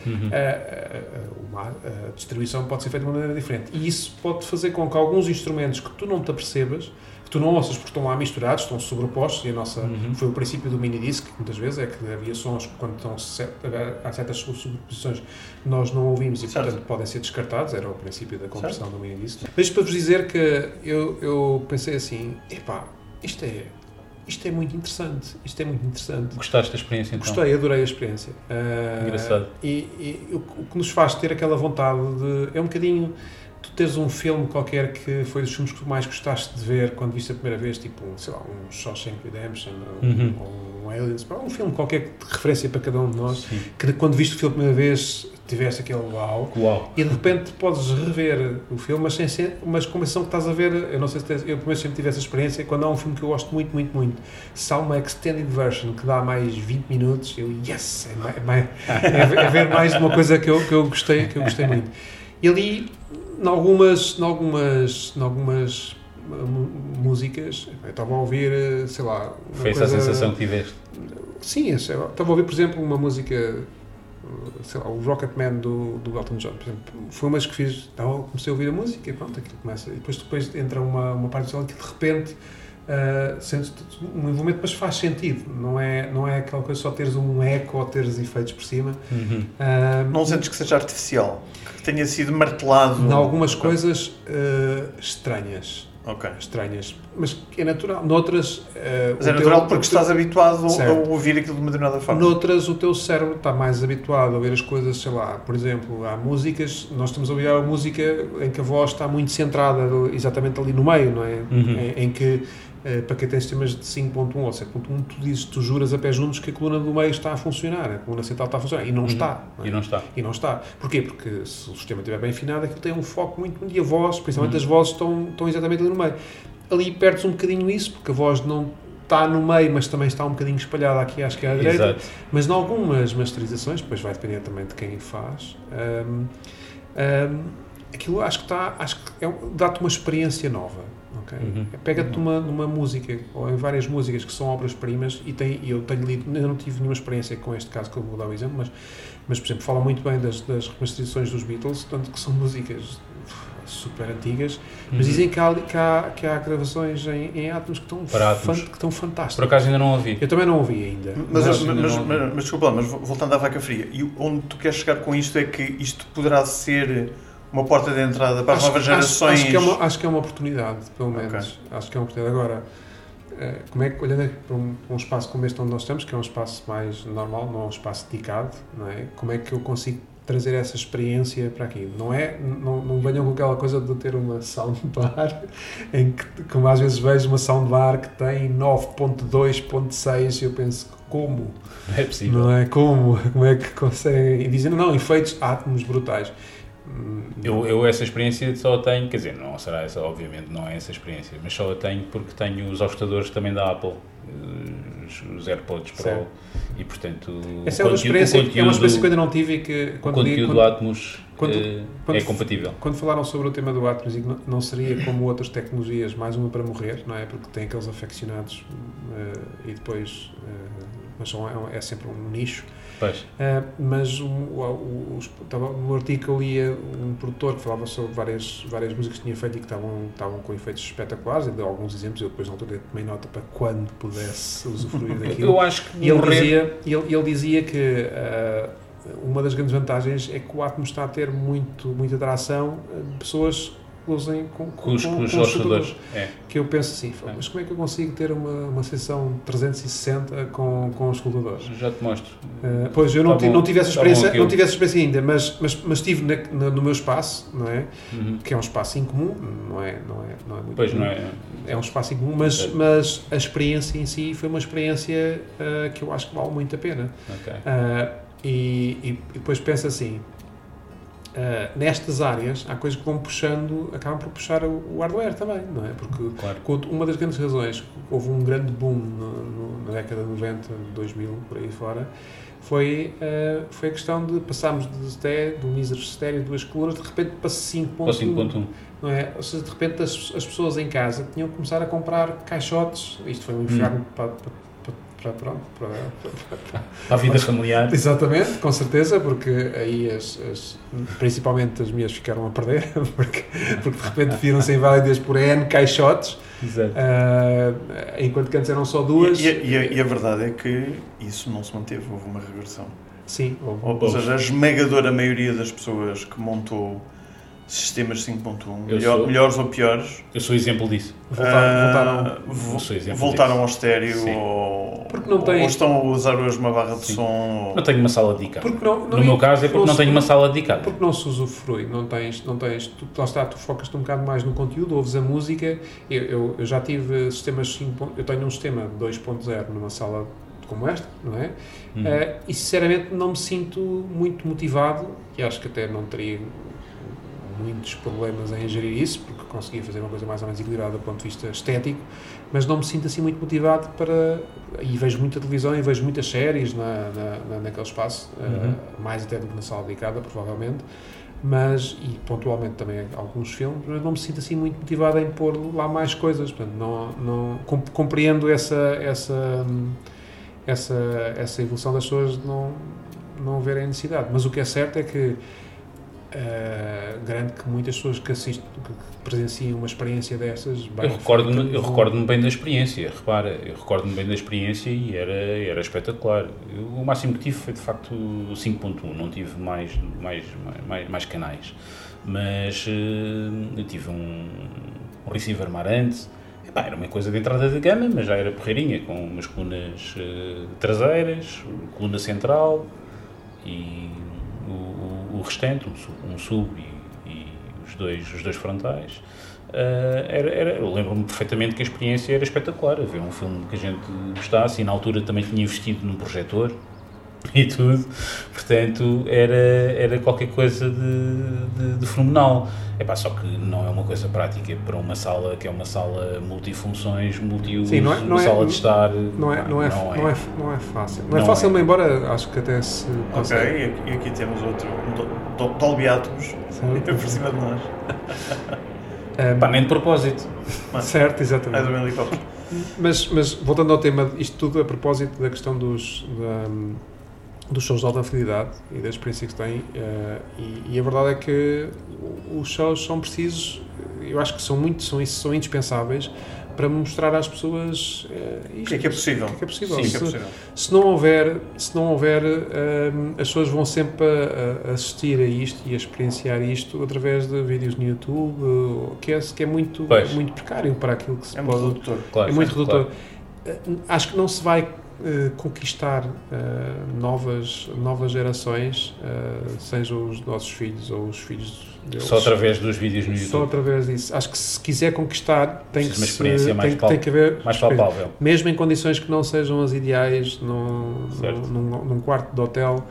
a distribuição pode ser feita de uma maneira diferente. E isso pode fazer com que alguns instrumentos que tu não te apercebas, que tu não ouças porque estão lá misturados, estão sobrepostos, e foi o princípio do minidisc, que muitas vezes é que havia sons que quando há certas sobreposições nós não ouvimos e portanto podem ser descartados, era o princípio da conversão do minidisc. Mas para vos dizer que eu pensei assim, isto é muito interessante, Gostaste da experiência então? Gostei, adorei a experiência. Engraçado. E o que nos faz ter aquela vontade de... É um bocadinho... Tu teres um filme qualquer que foi dos filmes que tu mais gostaste de ver quando viste a primeira vez, tipo, sei lá, um Shawshank Redemption, ou um Aliens, um filme qualquer de referência para cada um de nós, que quando viste o filme a primeira vez tiveste aquele uau, e de repente podes rever o filme, mas com a sensação que estás a ver, eu não sei se eu primeiro sempre tive essa experiência, quando há um filme que eu gosto muito, se há uma extended version que dá mais 20 minutos, eu, yes, é ver mais de uma coisa que eu gostei muito. E ali, em algumas músicas, eu estava a ouvir, sei lá... Foi essa a sensação que tiveste? Sim, estava a ouvir, por exemplo, uma música, sei lá, o Rocketman do Elton John, por exemplo. Foi uma das que fiz, comecei a ouvir a música e pronto, aquilo começa. E depois entra uma parte do som que de repente sentes um envolvimento, mas faz sentido. Não é aquela coisa só teres um eco ou teres efeitos por cima. Não sentes que seja artificial? Que tenha sido martelado? Em algumas coisas estranhas. Estranhas, mas é natural. Noutras, mas é natural porque estás habituado a ouvir aquilo de uma determinada forma. Noutras, o teu cérebro está mais habituado a ouvir as coisas, sei lá, por exemplo, há músicas, nós estamos a ouvir a música em que a voz está muito centrada exatamente ali no meio, não é? Em que, para quem tem sistemas de 5.1 ou 7.1, tu juras a pé juntos que a coluna do meio está a funcionar, a coluna central está a funcionar, e não está. Não é? E não está. Porquê? Porque se o sistema estiver bem afinado, aquilo tem um foco muito, e a voz, principalmente as vozes, estão exatamente ali no meio. Ali perdes um bocadinho isso, porque a voz não está no meio, mas também está um bocadinho espalhada aqui, acho que é à direita. Exato. Mas em algumas masterizações, depois vai depender também de quem faz, aquilo acho que dá-te uma experiência nova. Pega-te numa música, ou em várias músicas que são obras-primas, e eu tenho lido, eu não tive nenhuma experiência com este caso que eu vou dar o exemplo, mas por exemplo, fala muito bem das remasterizações dos Beatles, tanto que são músicas super antigas, mas dizem que há gravações em átomos que estão fantásticas. Por acaso ainda não ouvi. Eu também não ouvi ainda. Mas desculpa lá, mas voltando à vaca fria, e onde tu queres chegar com isto é que isto poderá ser uma porta de entrada para as novas gerações? Acho que é uma oportunidade, pelo menos. Acho que é uma oportunidade. Agora, como é que, olhando para um espaço como este onde nós estamos, que é um espaço mais normal, não é um espaço dedicado, não é? Como é que eu consigo trazer essa experiência para aqui? Não venham com aquela coisa de ter uma soundbar, em que, como às vezes vejo uma soundbar que tem 9.2.6 e eu penso, como? Não é possível. Não é? Como é que conseguem? E dizendo, não, efeitos átomos brutais. Eu essa experiência só a tenho, quer dizer, não será essa, obviamente não é essa experiência, mas só a tenho porque tenho os auscultadores também da Apple, os AirPods Pro, certo. E portanto essa é uma experiência que eu ainda não tive e que o conteúdo do Atmos é compatível. Quando falaram sobre o tema do Atmos, e que não seria como outras tecnologias mais uma para morrer, não é? Porque tem aqueles afeccionados e depois mas é sempre um nicho. Mas no artigo eu lia um produtor que falava sobre várias músicas que tinha feito e que estavam com efeitos espetaculares, e deu alguns exemplos, eu depois na altura tomei nota para quando pudesse usufruir daquilo. Eu acho que ele dizia que uma das grandes vantagens é que o Atmos está a ter muita atração de pessoas que usem com os auscultadores. Que eu penso assim, mas como é que eu consigo ter uma sessão 360 com os auscultadores? Já te mostro. Pois, eu não tive essa experiência ainda, mas estive no meu espaço, não é? Que é um espaço incomum, não é muito pois comum. Não é. É um espaço incomum, mas a experiência em si foi uma experiência que eu acho que vale muito a pena. E depois penso assim, nestas áreas há coisas que vão puxando, acabam por puxar o hardware também, não é? Porque uma das grandes razões, houve um grande boom na década de 90, 2000, por aí fora, foi a questão de passarmos de um mísero estéreo de 2 colunas, de repente para 5.1. Não é? Ou seja, de repente as pessoas em casa tinham que começar a comprar caixotes. Isto foi um inferno para a vida familiar. Exatamente, com certeza, porque aí principalmente as minhas ficaram a perder, porque de repente viram-se inválidas por N caixotes. Exato. Enquanto que antes eram só 2. E a verdade é que isso não se manteve, houve uma regressão. Sim. Ou seja, a esmagadora maioria das pessoas que montou sistemas 5.1, melhores ou piores, eu sou exemplo disso. Voltaram ao estéreo ou estão a usar hoje uma barra de som. Não tenho uma sala dedicada. No meu caso é porque não tenho uma sala dedicada. Porque não se usufrui, não tens lá está, tu focas-te um bocado mais no conteúdo, ouves a música. Eu já tive sistemas 5. Eu tenho um sistema 2.0 numa sala como esta, não é? E sinceramente não me sinto muito motivado, e acho que até não teria muitos problemas em gerir isso, porque conseguia fazer uma coisa mais ou menos equilibrada do ponto de vista estético, mas não me sinto assim muito motivado e vejo muita televisão e vejo muitas séries naquele espaço, mais até do que na sala dedicada, provavelmente, e pontualmente também alguns filmes, mas não me sinto assim muito motivado em pôr lá mais coisas, portanto, não compreendo essa evolução das pessoas não verem necessidade, mas o que é certo é que garanto que muitas pessoas que assistem, que presenciam uma experiência dessas... Eu recordo-me bem da experiência, repara, e era espetacular. O máximo que tive foi de facto o 5.1, não tive mais canais, mas eu tive um receiver Marantz. Era uma coisa de entrada de gama, mas já era porreirinha, com umas colunas traseiras, coluna central e o restante, um sub e os dois frontais. Eu lembro-me perfeitamente que a experiência era espetacular, ver um filme que a gente gostasse, e na altura também tinha investido num projetor e tudo, portanto era qualquer coisa de fenomenal. Só que não é uma coisa prática para uma sala que é uma sala multifunções, multiuso, uma sala de estar. Não é fácil. Não é fácil, embora acho que até se consegue. Ok, e aqui temos outro, Dolby Atmos, por cima de nós. Nem de propósito. Certo, exatamente. É do helicóptero. Mas voltando ao tema, isto tudo a propósito da questão dos shows de alta fidelidade e da experiência que têm, e a verdade é que os shows são precisos, eu acho que são indispensáveis para mostrar às pessoas isto. Que é possível. Que é possível. Sim, que é possível. Se não houver, as pessoas vão sempre a assistir a isto e a experienciar isto através de vídeos no YouTube, que é muito precário para aquilo que se pode... Muito redutor. Claro, é muito redutor. Claro. Acho que não se vai conquistar novas gerações, sejam os nossos filhos ou os filhos deles. Só através dos vídeos no YouTube. Só através disso. Acho que se quiser conquistar tem que haver mais palpável. Mesmo em condições que não sejam as ideais, num quarto de hotel.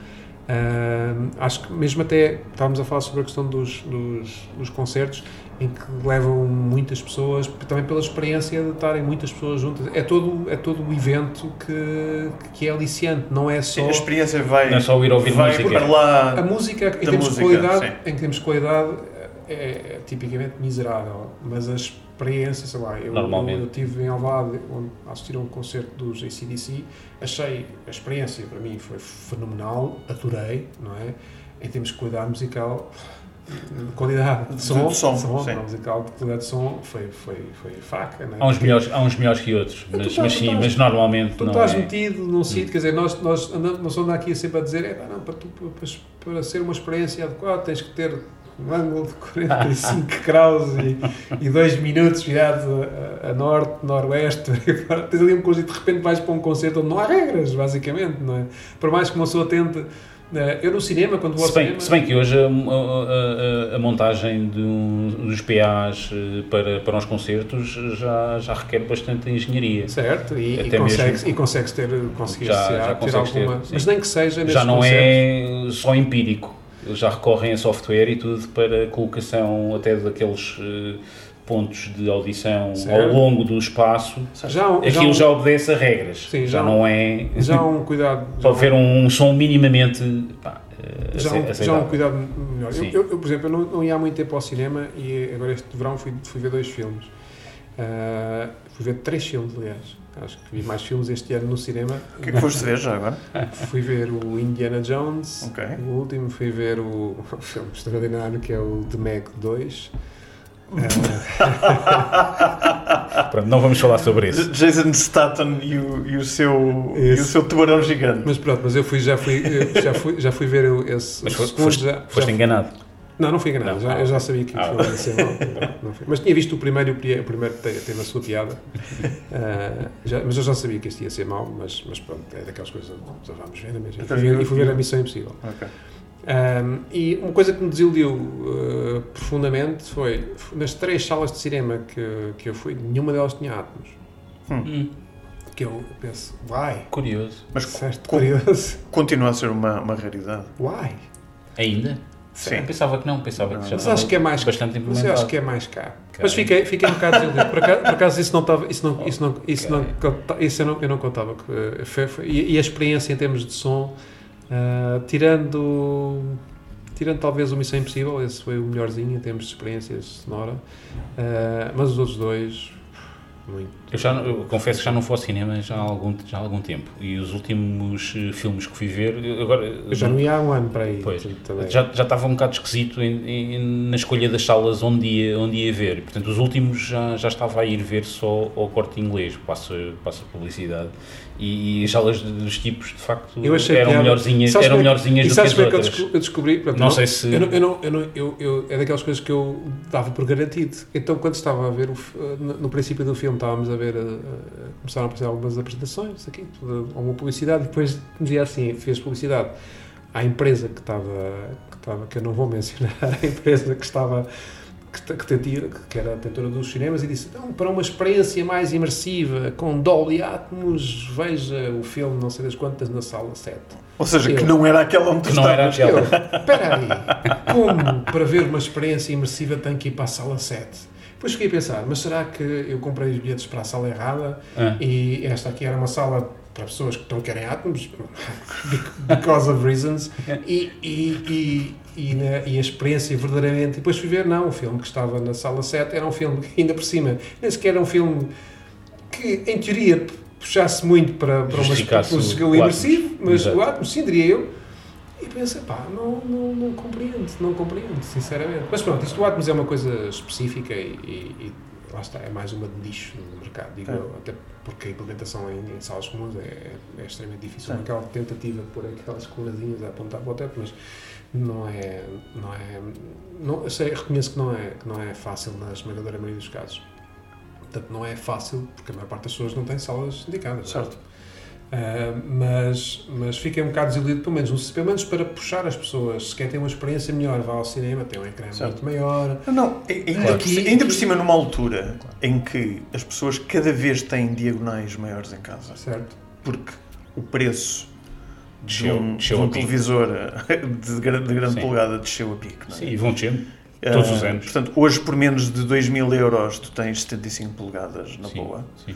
Acho que mesmo até estávamos a falar sobre a questão dos concertos, em que levam muitas pessoas, também pela experiência de estarem muitas pessoas juntas. É todo o evento que é aliciante, não é só... Sim, a experiência vai... Não é só ir ouvir música. Lá a música, em termos de qualidade, é tipicamente miserável, mas a experiência, sei lá, eu estive em Alvalade, onde assisti a um concerto dos AC/DC, achei a experiência, para mim, foi fenomenal, adorei, não é? Em termos de qualidade musical... qualidade de som musical, de qualidade de som foi faca, não é? Há uns melhores que outros, mas normalmente tu estás metido num sítio, quer dizer, nós andamos aqui sempre a dizer, para ser uma experiência adequada tens que ter um ângulo de 45 graus e 2 minutos virados a norte, noroeste, tens ali um concerto, de repente vais para um concerto onde não há regras, basicamente, não é? Por mais que uma pessoa tente. Eu no cinema, quando vou ao cinema... Se bem que hoje a montagem dos PAs para os concertos já requer bastante engenharia. Certo, e consegues ter alguma... Mas nem que seja... Já não é só empírico. já recorrem a software e tudo para colocação até daqueles pontos de audição ao longo do espaço. Aquilo já obedece a regras. Sim, já não é... Já há um cuidado... Para haver um som minimamente... Já há um cuidado melhor. Eu, por exemplo, eu não ia há muito tempo ao cinema e agora este verão fui ver 2 filmes. Fui ver 3 filmes, aliás. Acho que vi mais filmes este ano no cinema. O que é que foste ver já agora? Fui ver o Indiana Jones. Okay. O último fui ver o filme extraordinário que é o The Meg 2. Pronto, não vamos falar sobre isso. Jason Statham e o seu tubarão gigante. Mas pronto, mas eu já fui ver esse. Mas foste enganado. Não fui enganado. Eu já sabia que o filme ia ser mau. Não foi. Mas tinha visto o primeiro e o primeiro teve a sua piada. Mas eu já sabia que este ia ser mau. Mas pronto, é daquelas coisas que já vamos ver mesmo. E fui ver a Missão Impossível. Okay. E uma coisa que me desiludiu profundamente foi nas 3 salas de cinema que eu fui, nenhuma delas tinha Atmos. Que eu penso, why? Curioso. Mas curioso. Continua a ser uma raridade. Why? Ainda? Sim. Eu pensava que não, já mas acho que é mais bastante implementado. Mas eu acho que é mais caro. Mas fiquei um bocado desiludido. Por acaso isso não estava, eu não contava. E a experiência em termos de som, tirando talvez o Missão Impossível, esse foi o melhorzinho em termos de experiência sonora, mas os outros 2 muito. Eu confesso que já não fui ao cinema já há algum tempo e os últimos filmes que fui ver eu já não ia há um ano para aí. Pois, já estava um bocado esquisito na escolha das salas onde ia ver. Portanto, os últimos já estava a ir ver só ao Corte Inglês, passa publicidade, e as salas dos tipos de facto eram melhorzinhas do que as outras. Eu descobri, pronto, não sei se é daquelas coisas que eu dava por garantido. Então, quando estava a ver no princípio do filme, estávamos a ver, começaram a aparecer algumas apresentações aqui, alguma publicidade, depois dizia assim, fez publicidade à empresa que eu não vou mencionar, a empresa que era a detentora dos cinemas, e disse, então, para uma experiência mais imersiva, com Dolby Atmos, veja o filme não sei das quantas na sala 7. Ou seja, que não era aquela onde tu estavas. Espera aí, como para ver uma experiência imersiva tenho que ir para a sala 7? Depois fiquei a pensar, mas será que eu comprei os bilhetes para a sala errada e esta aqui era uma sala para pessoas que não querem Atmos, because of reasons, e a experiência verdadeiramente... Depois fui ver, não, o filme que estava na sala 7 era um filme que, ainda por cima, nem sequer era um filme que, em teoria, puxasse muito para um imersivo, mas o Atmos, sim, diria eu. E pensei, não compreendo, sinceramente. Mas pronto, isto do Atmos é uma coisa específica e lá está, é mais uma de nicho no mercado, digo eu, até porque a implementação em salas comuns é extremamente difícil. Aquela tentativa de pôr aquelas colorazinhas a apontar para o teto, mas reconheço que não é fácil na esmagadora maioria dos casos. Portanto, não é fácil, porque a maior parte das pessoas não tem salas indicadas. Certo. Mas fiquei um bocado desiludido, pelo menos para puxar as pessoas. Se quer ter uma experiência melhor, vá ao cinema, tem um ecrã muito maior. Ainda por cima, numa altura em que as pessoas cada vez têm diagonais maiores em casa. Certo. Porque o preço de um televisor de grande polegada desceu a pico. Não é? Sim, e vão descendo todos os anos. Portanto, hoje por menos de 2.000 euros tu tens 75 polegadas na boa. Sim.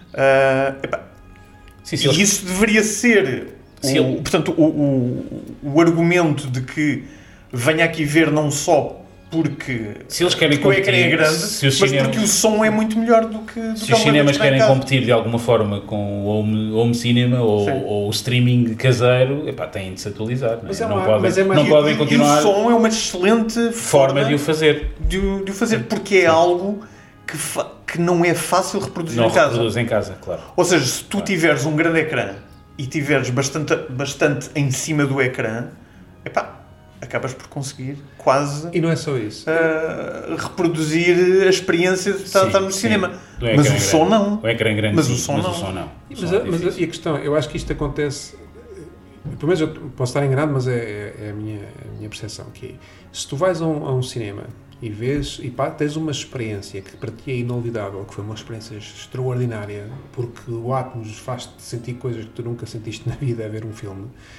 E isso deveria ser portanto, o argumento de que venha aqui ver não só porque eles querem o ecrã é grande, mas porque o som é muito melhor do que se os cinemas querem competir de alguma forma com o home cinema ou o streaming caseiro, têm de se atualizar. Não podem continuar. E o som é uma excelente forma de o fazer. De o fazer, porque é algo que não é fácil reproduzir em casa. Não reproduz em casa, claro. Ou seja, se tu tiveres um grande ecrã e tiveres bastante em cima do ecrã, acabas por conseguir quase... E não é só isso. Reproduzir a experiência de estar no cinema. Mas o som não. O ecrã grande, mas o som não. Mas a questão, eu acho que isto acontece... Pelo menos eu posso estar enganado, mas é a minha percepção, que se tu vais a um cinema e vês e tens uma experiência que para ti é inolvidável, que foi uma experiência extraordinária, porque o Atmos faz-te sentir coisas que tu nunca sentiste na vida a ver um filme,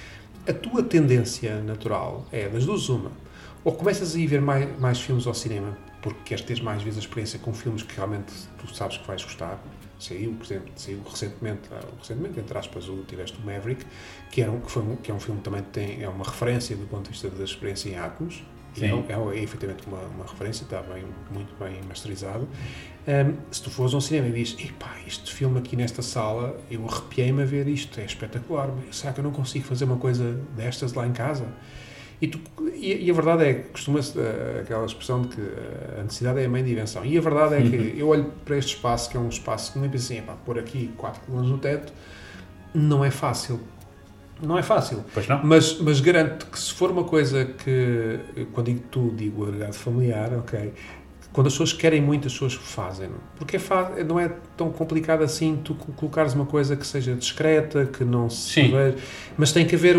a tua tendência natural é, das duas uma, ou começas a ir ver mais filmes ao cinema, porque queres ter mais vezes a experiência com filmes que realmente tu sabes que vais gostar. Por exemplo, saiu recentemente, entre aspas, tiveste o Maverick, que é um filme que também é uma referência do ponto de vista da experiência em Atmos. É efetivamente uma referência, está muito bem masterizado. Se tu fores a um cinema e dizes, este filme aqui nesta sala, eu arrepiei-me a ver isto, é espetacular, será que eu não consigo fazer uma coisa destas lá em casa? E a verdade é que costuma-se aquela expressão de que a necessidade é a mãe da invenção. E a verdade é que eu olho para este espaço, que é um espaço que nem penso assim, pôr aqui 4 colunas no teto, não é fácil. Não é fácil. Pois não. Mas garanto que se for uma coisa que, quando digo agregado familiar, ok, quando as pessoas querem muito, as pessoas fazem. Porque não é tão complicado assim tu colocares uma coisa que seja discreta, que não se veja, mas tem que haver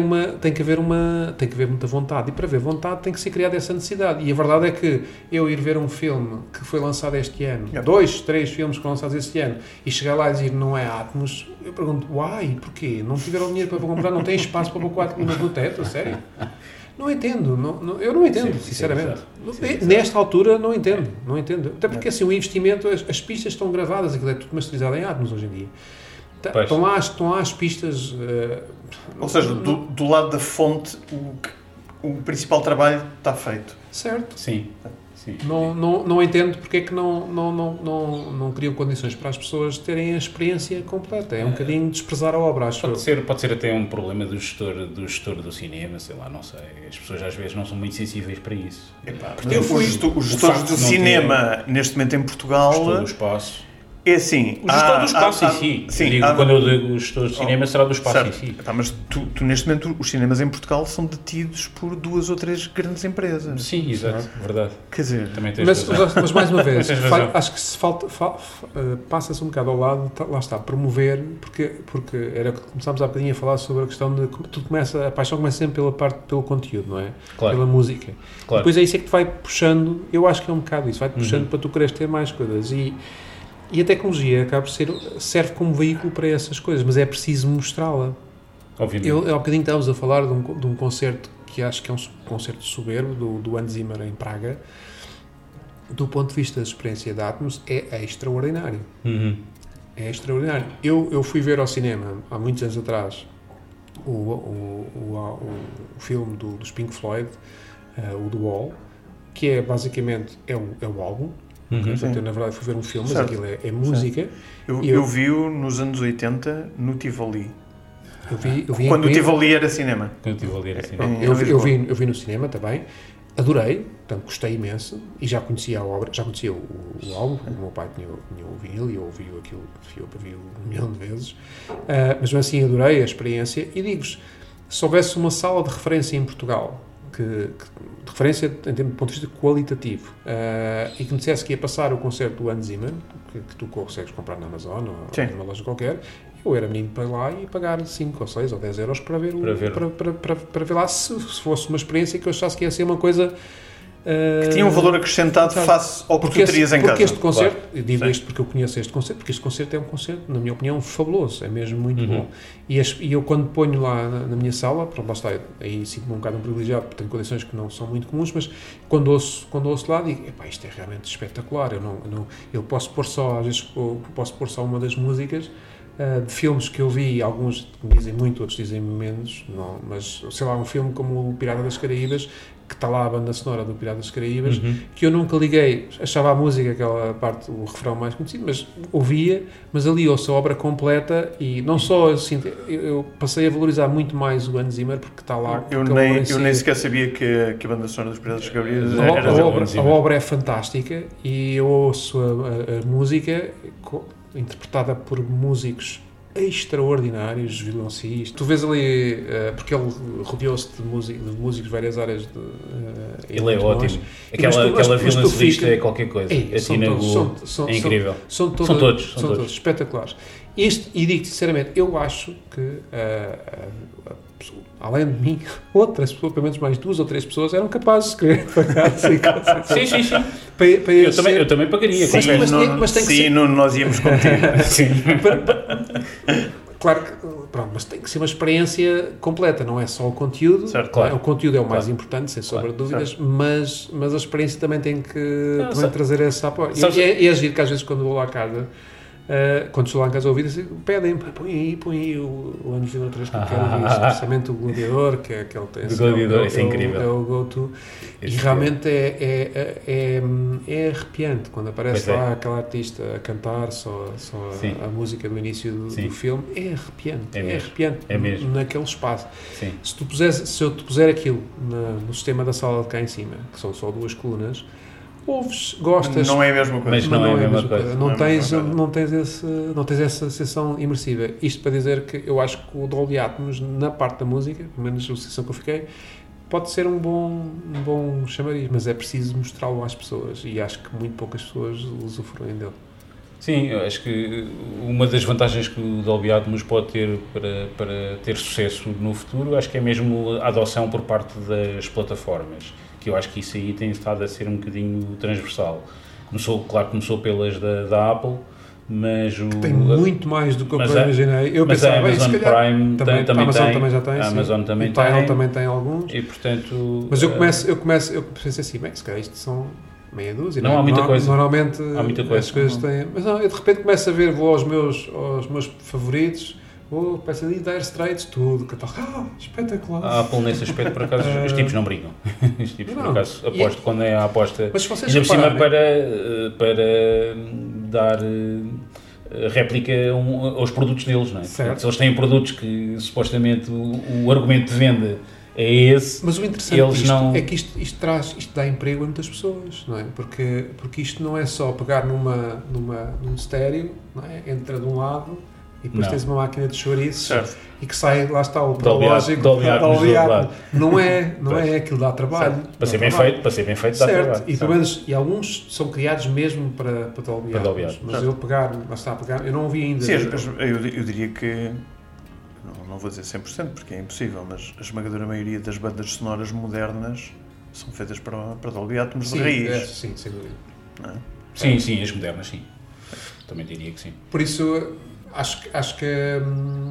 muita vontade. E para haver vontade tem que ser criada essa necessidade. E a verdade é que eu ir ver um filme que foi lançado este ano, 2, 3 filmes que foram lançados este ano, e chegar lá e dizer não é Atmos, eu pergunto, porquê? Não tiveram dinheiro para comprar, não tem espaço para pôr 4 colunas no teto, a sério? Não entendo, eu não entendo, sinceramente. Nesta altura não entendo. Até porque assim, o investimento, as pistas estão gravadas, aquilo é tudo masterizado em Atmos hoje em dia. Estão lá as pistas... Ou seja, do lado da fonte, o principal trabalho está feito. Certo. Sim. Não entendo porque é que não criam condições para as pessoas terem a experiência completa. É um bocadinho desprezar a obra, acho. Pode ser até um problema do gestor do cinema, sei lá, não sei. As pessoas às vezes não são muito sensíveis para isso. Os gestores do cinema, neste momento em Portugal... O gestor do espaço. É assim... O gestor do espaço em si. Sim, quando eu digo o gestor do cinema, será do espaço em si. Mas tu, neste momento, os cinemas em Portugal são detidos por 2 ou 3 grandes empresas. Sim, exato, verdade. Quer dizer... Também tens mas mais uma vez, acho que se passa-se um bocado ao lado, lá está, promover, porque era que começámos há bocadinho a falar sobre a questão de a paixão começa sempre pelo conteúdo, não é? Claro. Pela música. Claro. Depois é isso que te vai puxando, eu acho que é um bocado isso, vai-te puxando para tu quereres ter mais coisas. E a tecnologia serve como veículo para essas coisas, mas é preciso mostrá-la. Obviamente. Há bocadinho estávamos a falar de um concerto que acho que é um concerto soberbo, do Hans Zimmer em Praga. Do ponto de vista da experiência da Atmos, é extraordinário. É extraordinário. Eu fui ver ao cinema, há muitos anos atrás, o filme dos Pink Floyd, o The Wall, que é basicamente o álbum. Portanto, eu na verdade fui ver um filme, mas aquilo é música. Eu vi-o nos anos 80 no Tivoli. Eu vi quando o Tivoli era cinema. Eu vi no cinema também. Adorei, portanto gostei imenso e já conhecia a obra, já conhecia o álbum, o meu pai tinha o vinil e eu ouvi aquilo, eu vi 1 milhão de vezes, mas mesmo assim adorei a experiência e digo-vos, se houvesse uma sala de referência em Portugal, de referência em termos de ponto de vista qualitativo, e que me dissesse que ia passar o concerto do Hans Zimmer, que tu consegues comprar na Amazon ou numa loja qualquer, eu era menino para ir lá e pagar 5 ou 6 ou 10 euros para ver lá, se fosse uma experiência que eu achasse que ia ser uma coisa que tinha um valor acrescentado face ao que tu terias em casa. Porque este concerto, eu digo isto porque eu conheço este concerto, porque este concerto é um concerto, na minha opinião, fabuloso, é mesmo muito bom. E eu quando ponho lá na minha sala, pronto, lá está, aí sinto-me um bocado privilegiado, porque tenho condições que não são muito comuns, mas quando ouço lá, digo, isto é realmente espetacular, eu posso pôr só, às vezes, posso pôr só uma das músicas, de filmes que eu vi, alguns me dizem muito, outros dizem menos, não, mas sei lá, um filme como o Pirata das Caraíbas, que está lá a banda sonora do Pirata das Caraíbas, que eu nunca liguei, achava a música, aquela parte, o refrão mais conhecido, mas ouvia, mas ali ouço a obra completa e não só assim, eu passei a valorizar muito mais o Hans Zimmer porque está lá. Eu nem sequer sabia que a banda sonora dos Piratas das Caraíbas era a obra é fantástica e eu ouço a música interpretada por músicos extraordinários, violoncistas. Tu vês ali, porque ele rodeou-se de músicos de várias áreas. Ele é ótimo. Aquela violoncelista é qualquer coisa. É incrível. São todos espetaculares. E digo-te sinceramente, eu acho que além de mim, outras pessoas, pelo menos mais 2 ou 3 pessoas, eram capazes de escrever para casa. Sim. Eu também pagaria. Sim, nós íamos contigo. Claro que pronto, mas tem que ser uma experiência completa, não é só o conteúdo. Certo, claro. O conteúdo é o mais Claro. importante, sem sombra de Claro, dúvidas, mas a experiência também tem que Não, também sabe- trazer esse apoio. sabes- E é giro que às vezes quando vou lá à casa, quando estou lá em casa a ouvir, pedem, põe aí o ano 2003 que eu quero ouvir, especialmente o Gladiador, que é aquele O Gladiador, isso é incrível. É o go-to. E Esse realmente é arrepiante quando aparece Pois é. lá aquela artista a cantar só Sim. a música do início do Sim. filme. É arrepiante. É É mesmo. arrepiante É mesmo. naquele espaço. Sim. Se eu te puser aquilo no sistema da sala de cá em cima, que são só 2 colunas, ouves, gostas, Não é a mesma coisa. Mas não é a mesma coisa. Não Não é a mesma tens, coisa. não tens essa sensação imersiva. Isto para dizer que eu acho que o Dolby Atmos, na parte da música, pelo menos a sensação que eu fiquei, pode ser um bom chamariz, mas é preciso mostrá-lo às pessoas e acho que muito poucas pessoas usufruem dele. Sim, eu acho que uma das vantagens que o Dolby Atmos pode ter para ter sucesso no futuro, acho que é mesmo a adoção por parte das plataformas, que eu acho que isso aí tem estado a ser um bocadinho transversal. Começou pelas da Apple, mas Tem muito mais do que eu imaginei. Eu mas a pensava, Amazon se calhar, Prime também a Amazon tem, também já tem, a sim. Amazon também o Tidal tem, também tem alguns. e portanto... Mas eu pensei assim, bem, se calhar isto são meia dúzia. Não, há muita coisa. Normalmente Há muita coisa. as coisas têm... Mas não, eu de repente começo a ver, vou aos meus favoritos, peço ali Dire Straits, tudo, espetacular. A Apple nesse aspecto, por acaso, os tipos não brigam. Os tipos, por Não. acaso, aposto quando é a aposta... Mas se vocês Ainda por cima repararem- para dar réplica aos produtos deles, não é? Certo. Portanto, se eles têm produtos que supostamente o argumento de venda é esse, Mas o interessante eles disto não... é que isto dá emprego a muitas pessoas, não é? Porque isto não é só pegar num estéreo, não é? Entra de um lado e depois Não. tens uma máquina de chouriços Certo. e que sai, lá está o Dolby prológico, Dolby Atmos do outro lado. Não é aquilo dá trabalho. Para dá ser bem trabalho. feito, dá Certo, trabalho. e pelo menos e alguns são criados mesmo para Dolby Para Dolby Atmos, Atmos. mas eu não ouvi ainda. Sim, eu diria que, não vou dizer 100% porque é impossível, mas a esmagadora maioria das bandas sonoras modernas são feitas para Dolby Atmos de raiz. Sim, sem dúvida. Não é? Sim, as modernas, sim. Também diria que sim. Por isso, acho que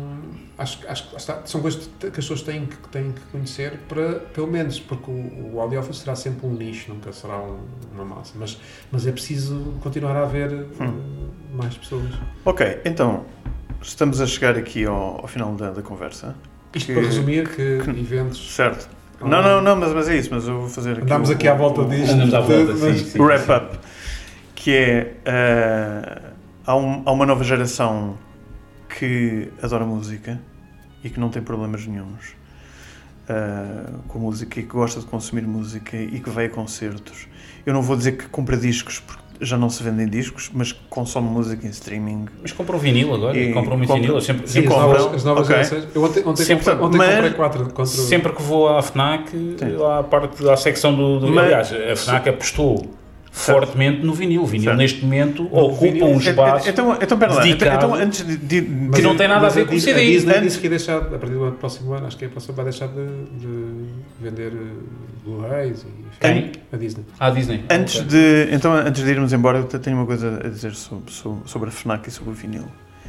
são coisas que as pessoas têm que conhecer, pelo menos, porque o audiófilo será sempre um nicho, nunca será uma massa. Mas é preciso continuar a haver mais pessoas. Ok, então, estamos a chegar aqui ao final da conversa. Isto para resumir que eventos... Certo. Não, mas é isso, mas eu vou fazer aqui Andámos aqui à volta disto. Andamos à volta, sim. o wrap-up, que é, há uma nova geração que adora música e que não tem problemas nenhuns com música e que gosta de consumir música e que vai a concertos. Eu não vou dizer que compra discos, porque já não se vendem discos, mas que consome música em streaming. Mas compra um vinil agora, E compra um vinil. Eu sempre, Sim, compram. as novas Ok. gerações. Eu ontem Sempre, comprei 4 sempre que vou à FNAC, à secção do Mas- aliás, a FNAC apostou fortemente no vinil. O vinil, Certo. neste momento, O ocupa vinil- um espaço Então, pera lá. dedicado. Então, antes de que não tem nada a ver com o CD. A Disney Antes- disse que ia deixar, a partir do próximo ano, acho que vai deixar de vender Blu-rays e Quem? A Disney. à Disney. Antes Ok. de irmos embora, eu tenho uma coisa a dizer sobre a FNAC e sobre o vinil.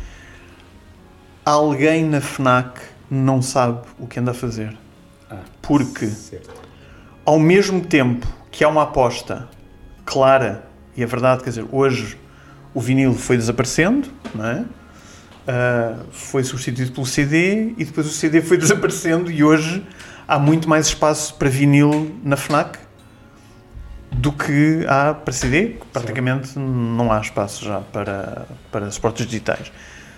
Alguém na FNAC não sabe o que anda a fazer. Porque, Certo. ao mesmo tempo que há uma aposta clara, e é verdade, quer dizer, hoje o vinil foi desaparecendo, não é? Foi substituído pelo CD e depois o CD foi desaparecendo e hoje há muito mais espaço para vinil na FNAC do que há para CD. Praticamente não há espaço já para suportes digitais.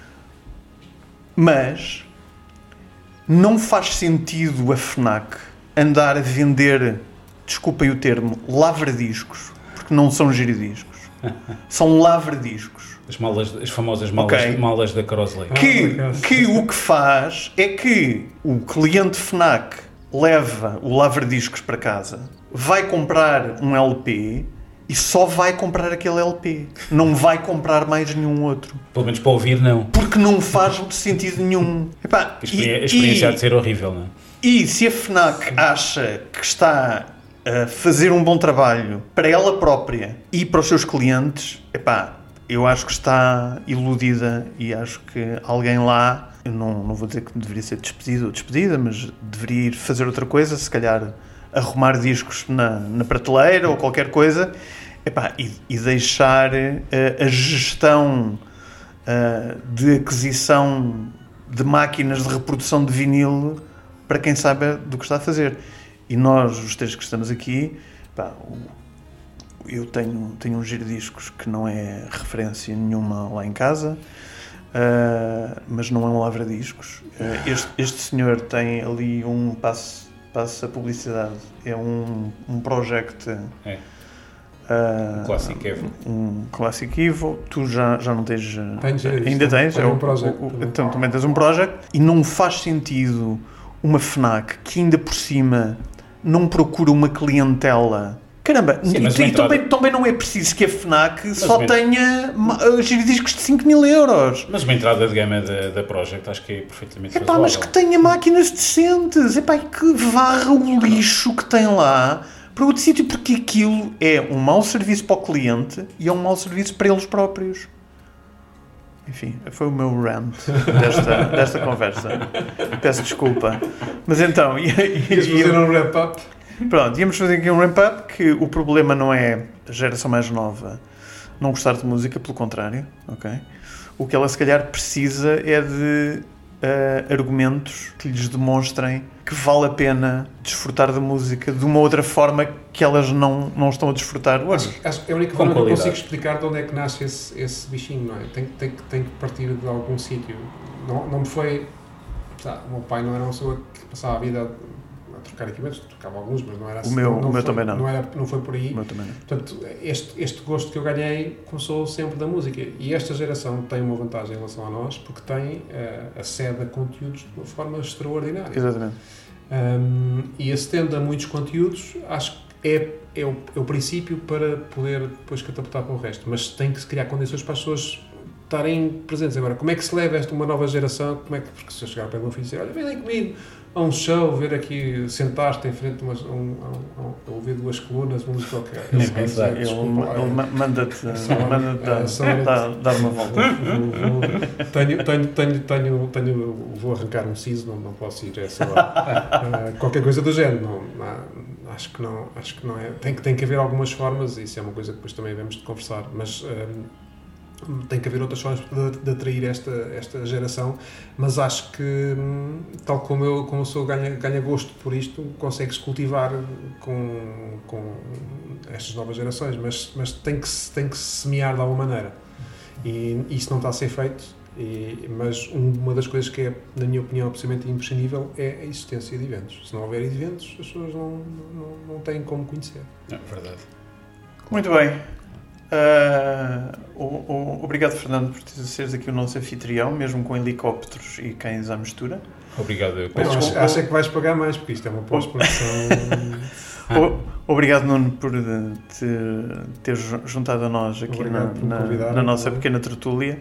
Mas não faz sentido a FNAC andar a vender, desculpem o termo, lavradiscos, porque não são giradiscos. São lavradiscos. As famosas Ok. malas da Crossley. Que o que faz é que o cliente FNAC leva o lavradiscos para casa, vai comprar um LP e só vai comprar aquele LP. Não vai comprar mais nenhum outro. Pelo menos para ouvir, não. Porque não faz sentido nenhum. Epá, A experiência há de ser horrível, não é? E se a FNAC acha que está a fazer um bom trabalho para ela própria e para os seus clientes, epá, eu acho que está iludida e acho que alguém lá eu não vou dizer que deveria ser despedido ou despedida, mas deveria ir fazer outra coisa, se calhar arrumar discos na prateleira ou qualquer coisa, e deixar a gestão de aquisição de máquinas de reprodução de vinil para quem sabe do que está a fazer. E nós, os três que estamos aqui, eu tenho um giradiscos que não é referência nenhuma lá em casa, mas não é um lavra-discos. Este senhor tem ali passa a publicidade, é um Project... um Classic Evo. Um Classic Evo. Tu já não tens... Ainda tens? É um Project. Então também tens um Project. E não faz sentido uma FNAC que ainda por cima não procura uma clientela... Caramba, sim, também não é preciso que a FNAC tenha giradiscos de 5.000 euros. Mas uma entrada de gama da Project acho que é perfeitamente razoável. Mas que tenha máquinas decentes. E que varra o lixo que tem lá para outro sítio, porque aquilo é um mau serviço para o cliente e é um mau serviço para eles próprios. Enfim, foi o meu rant desta conversa. Peço desculpa. Mas então... Ias fazer um wrap-up? Pronto, íamos fazer aqui um ramp-up, que o problema não é a geração mais nova não gostar de música, pelo contrário, ok? O que ela se calhar precisa é de argumentos que lhes demonstrem que vale a pena desfrutar da música de uma outra forma que elas não estão a desfrutar hoje. Acho que é a única forma que eu consigo explicar de onde é que nasce esse bichinho, não é? Tem que partir de algum sítio. Não me foi... O meu pai não era uma pessoa que passava a vida a trocar equipamentos, trocava alguns, mas não era assim. O meu também não. Não foi por aí. O meu também não. Portanto, este gosto que eu ganhei começou sempre da música. E esta geração tem uma vantagem em relação a nós, porque tem acede a conteúdos de uma forma extraordinária. Exatamente. E acedendo a muitos conteúdos, acho que é o princípio para poder depois catapultar para o resto. Mas tem que se criar condições para as pessoas estarem presentes. Agora, como é que se leva uma nova geração? Porque se eu chegar para o meu filho e dizer, olha, vem comigo a um show, ver aqui, sentar-te em frente a ouvir duas colunas, uma música qualquer. Ele manda-te dar uma volta. Vou arrancar um siso, não posso ir, sei lá. Qualquer coisa do género. Acho que não é. Tem que haver algumas formas, e isso é uma coisa que depois também devemos de conversar, mas tem que haver outras formas de atrair esta geração, mas acho que, tal como eu sou, ganha gosto por isto, consegue-se cultivar com estas novas gerações, mas tem que se semear de alguma maneira, e isso não está a ser feito, mas uma das coisas que é, na minha opinião, absolutamente imprescindível é a existência de eventos. Se não houver eventos, as pessoas não têm como conhecer. É verdade. Muito bem. Obrigado, Fernando, por seres aqui o nosso anfitrião, mesmo com helicópteros e cães à mistura. Obrigado. Acho que vais pagar mais, porque isto é uma pós-produção. Obrigado, Nuno, por te ter juntado a nós aqui na nossa pequena tertúlia.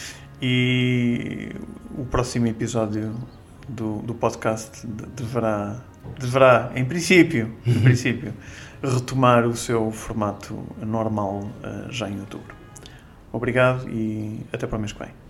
E o próximo episódio do podcast deverá, em princípio, retomar o seu formato normal já em outubro. Obrigado e até para o mês que vem.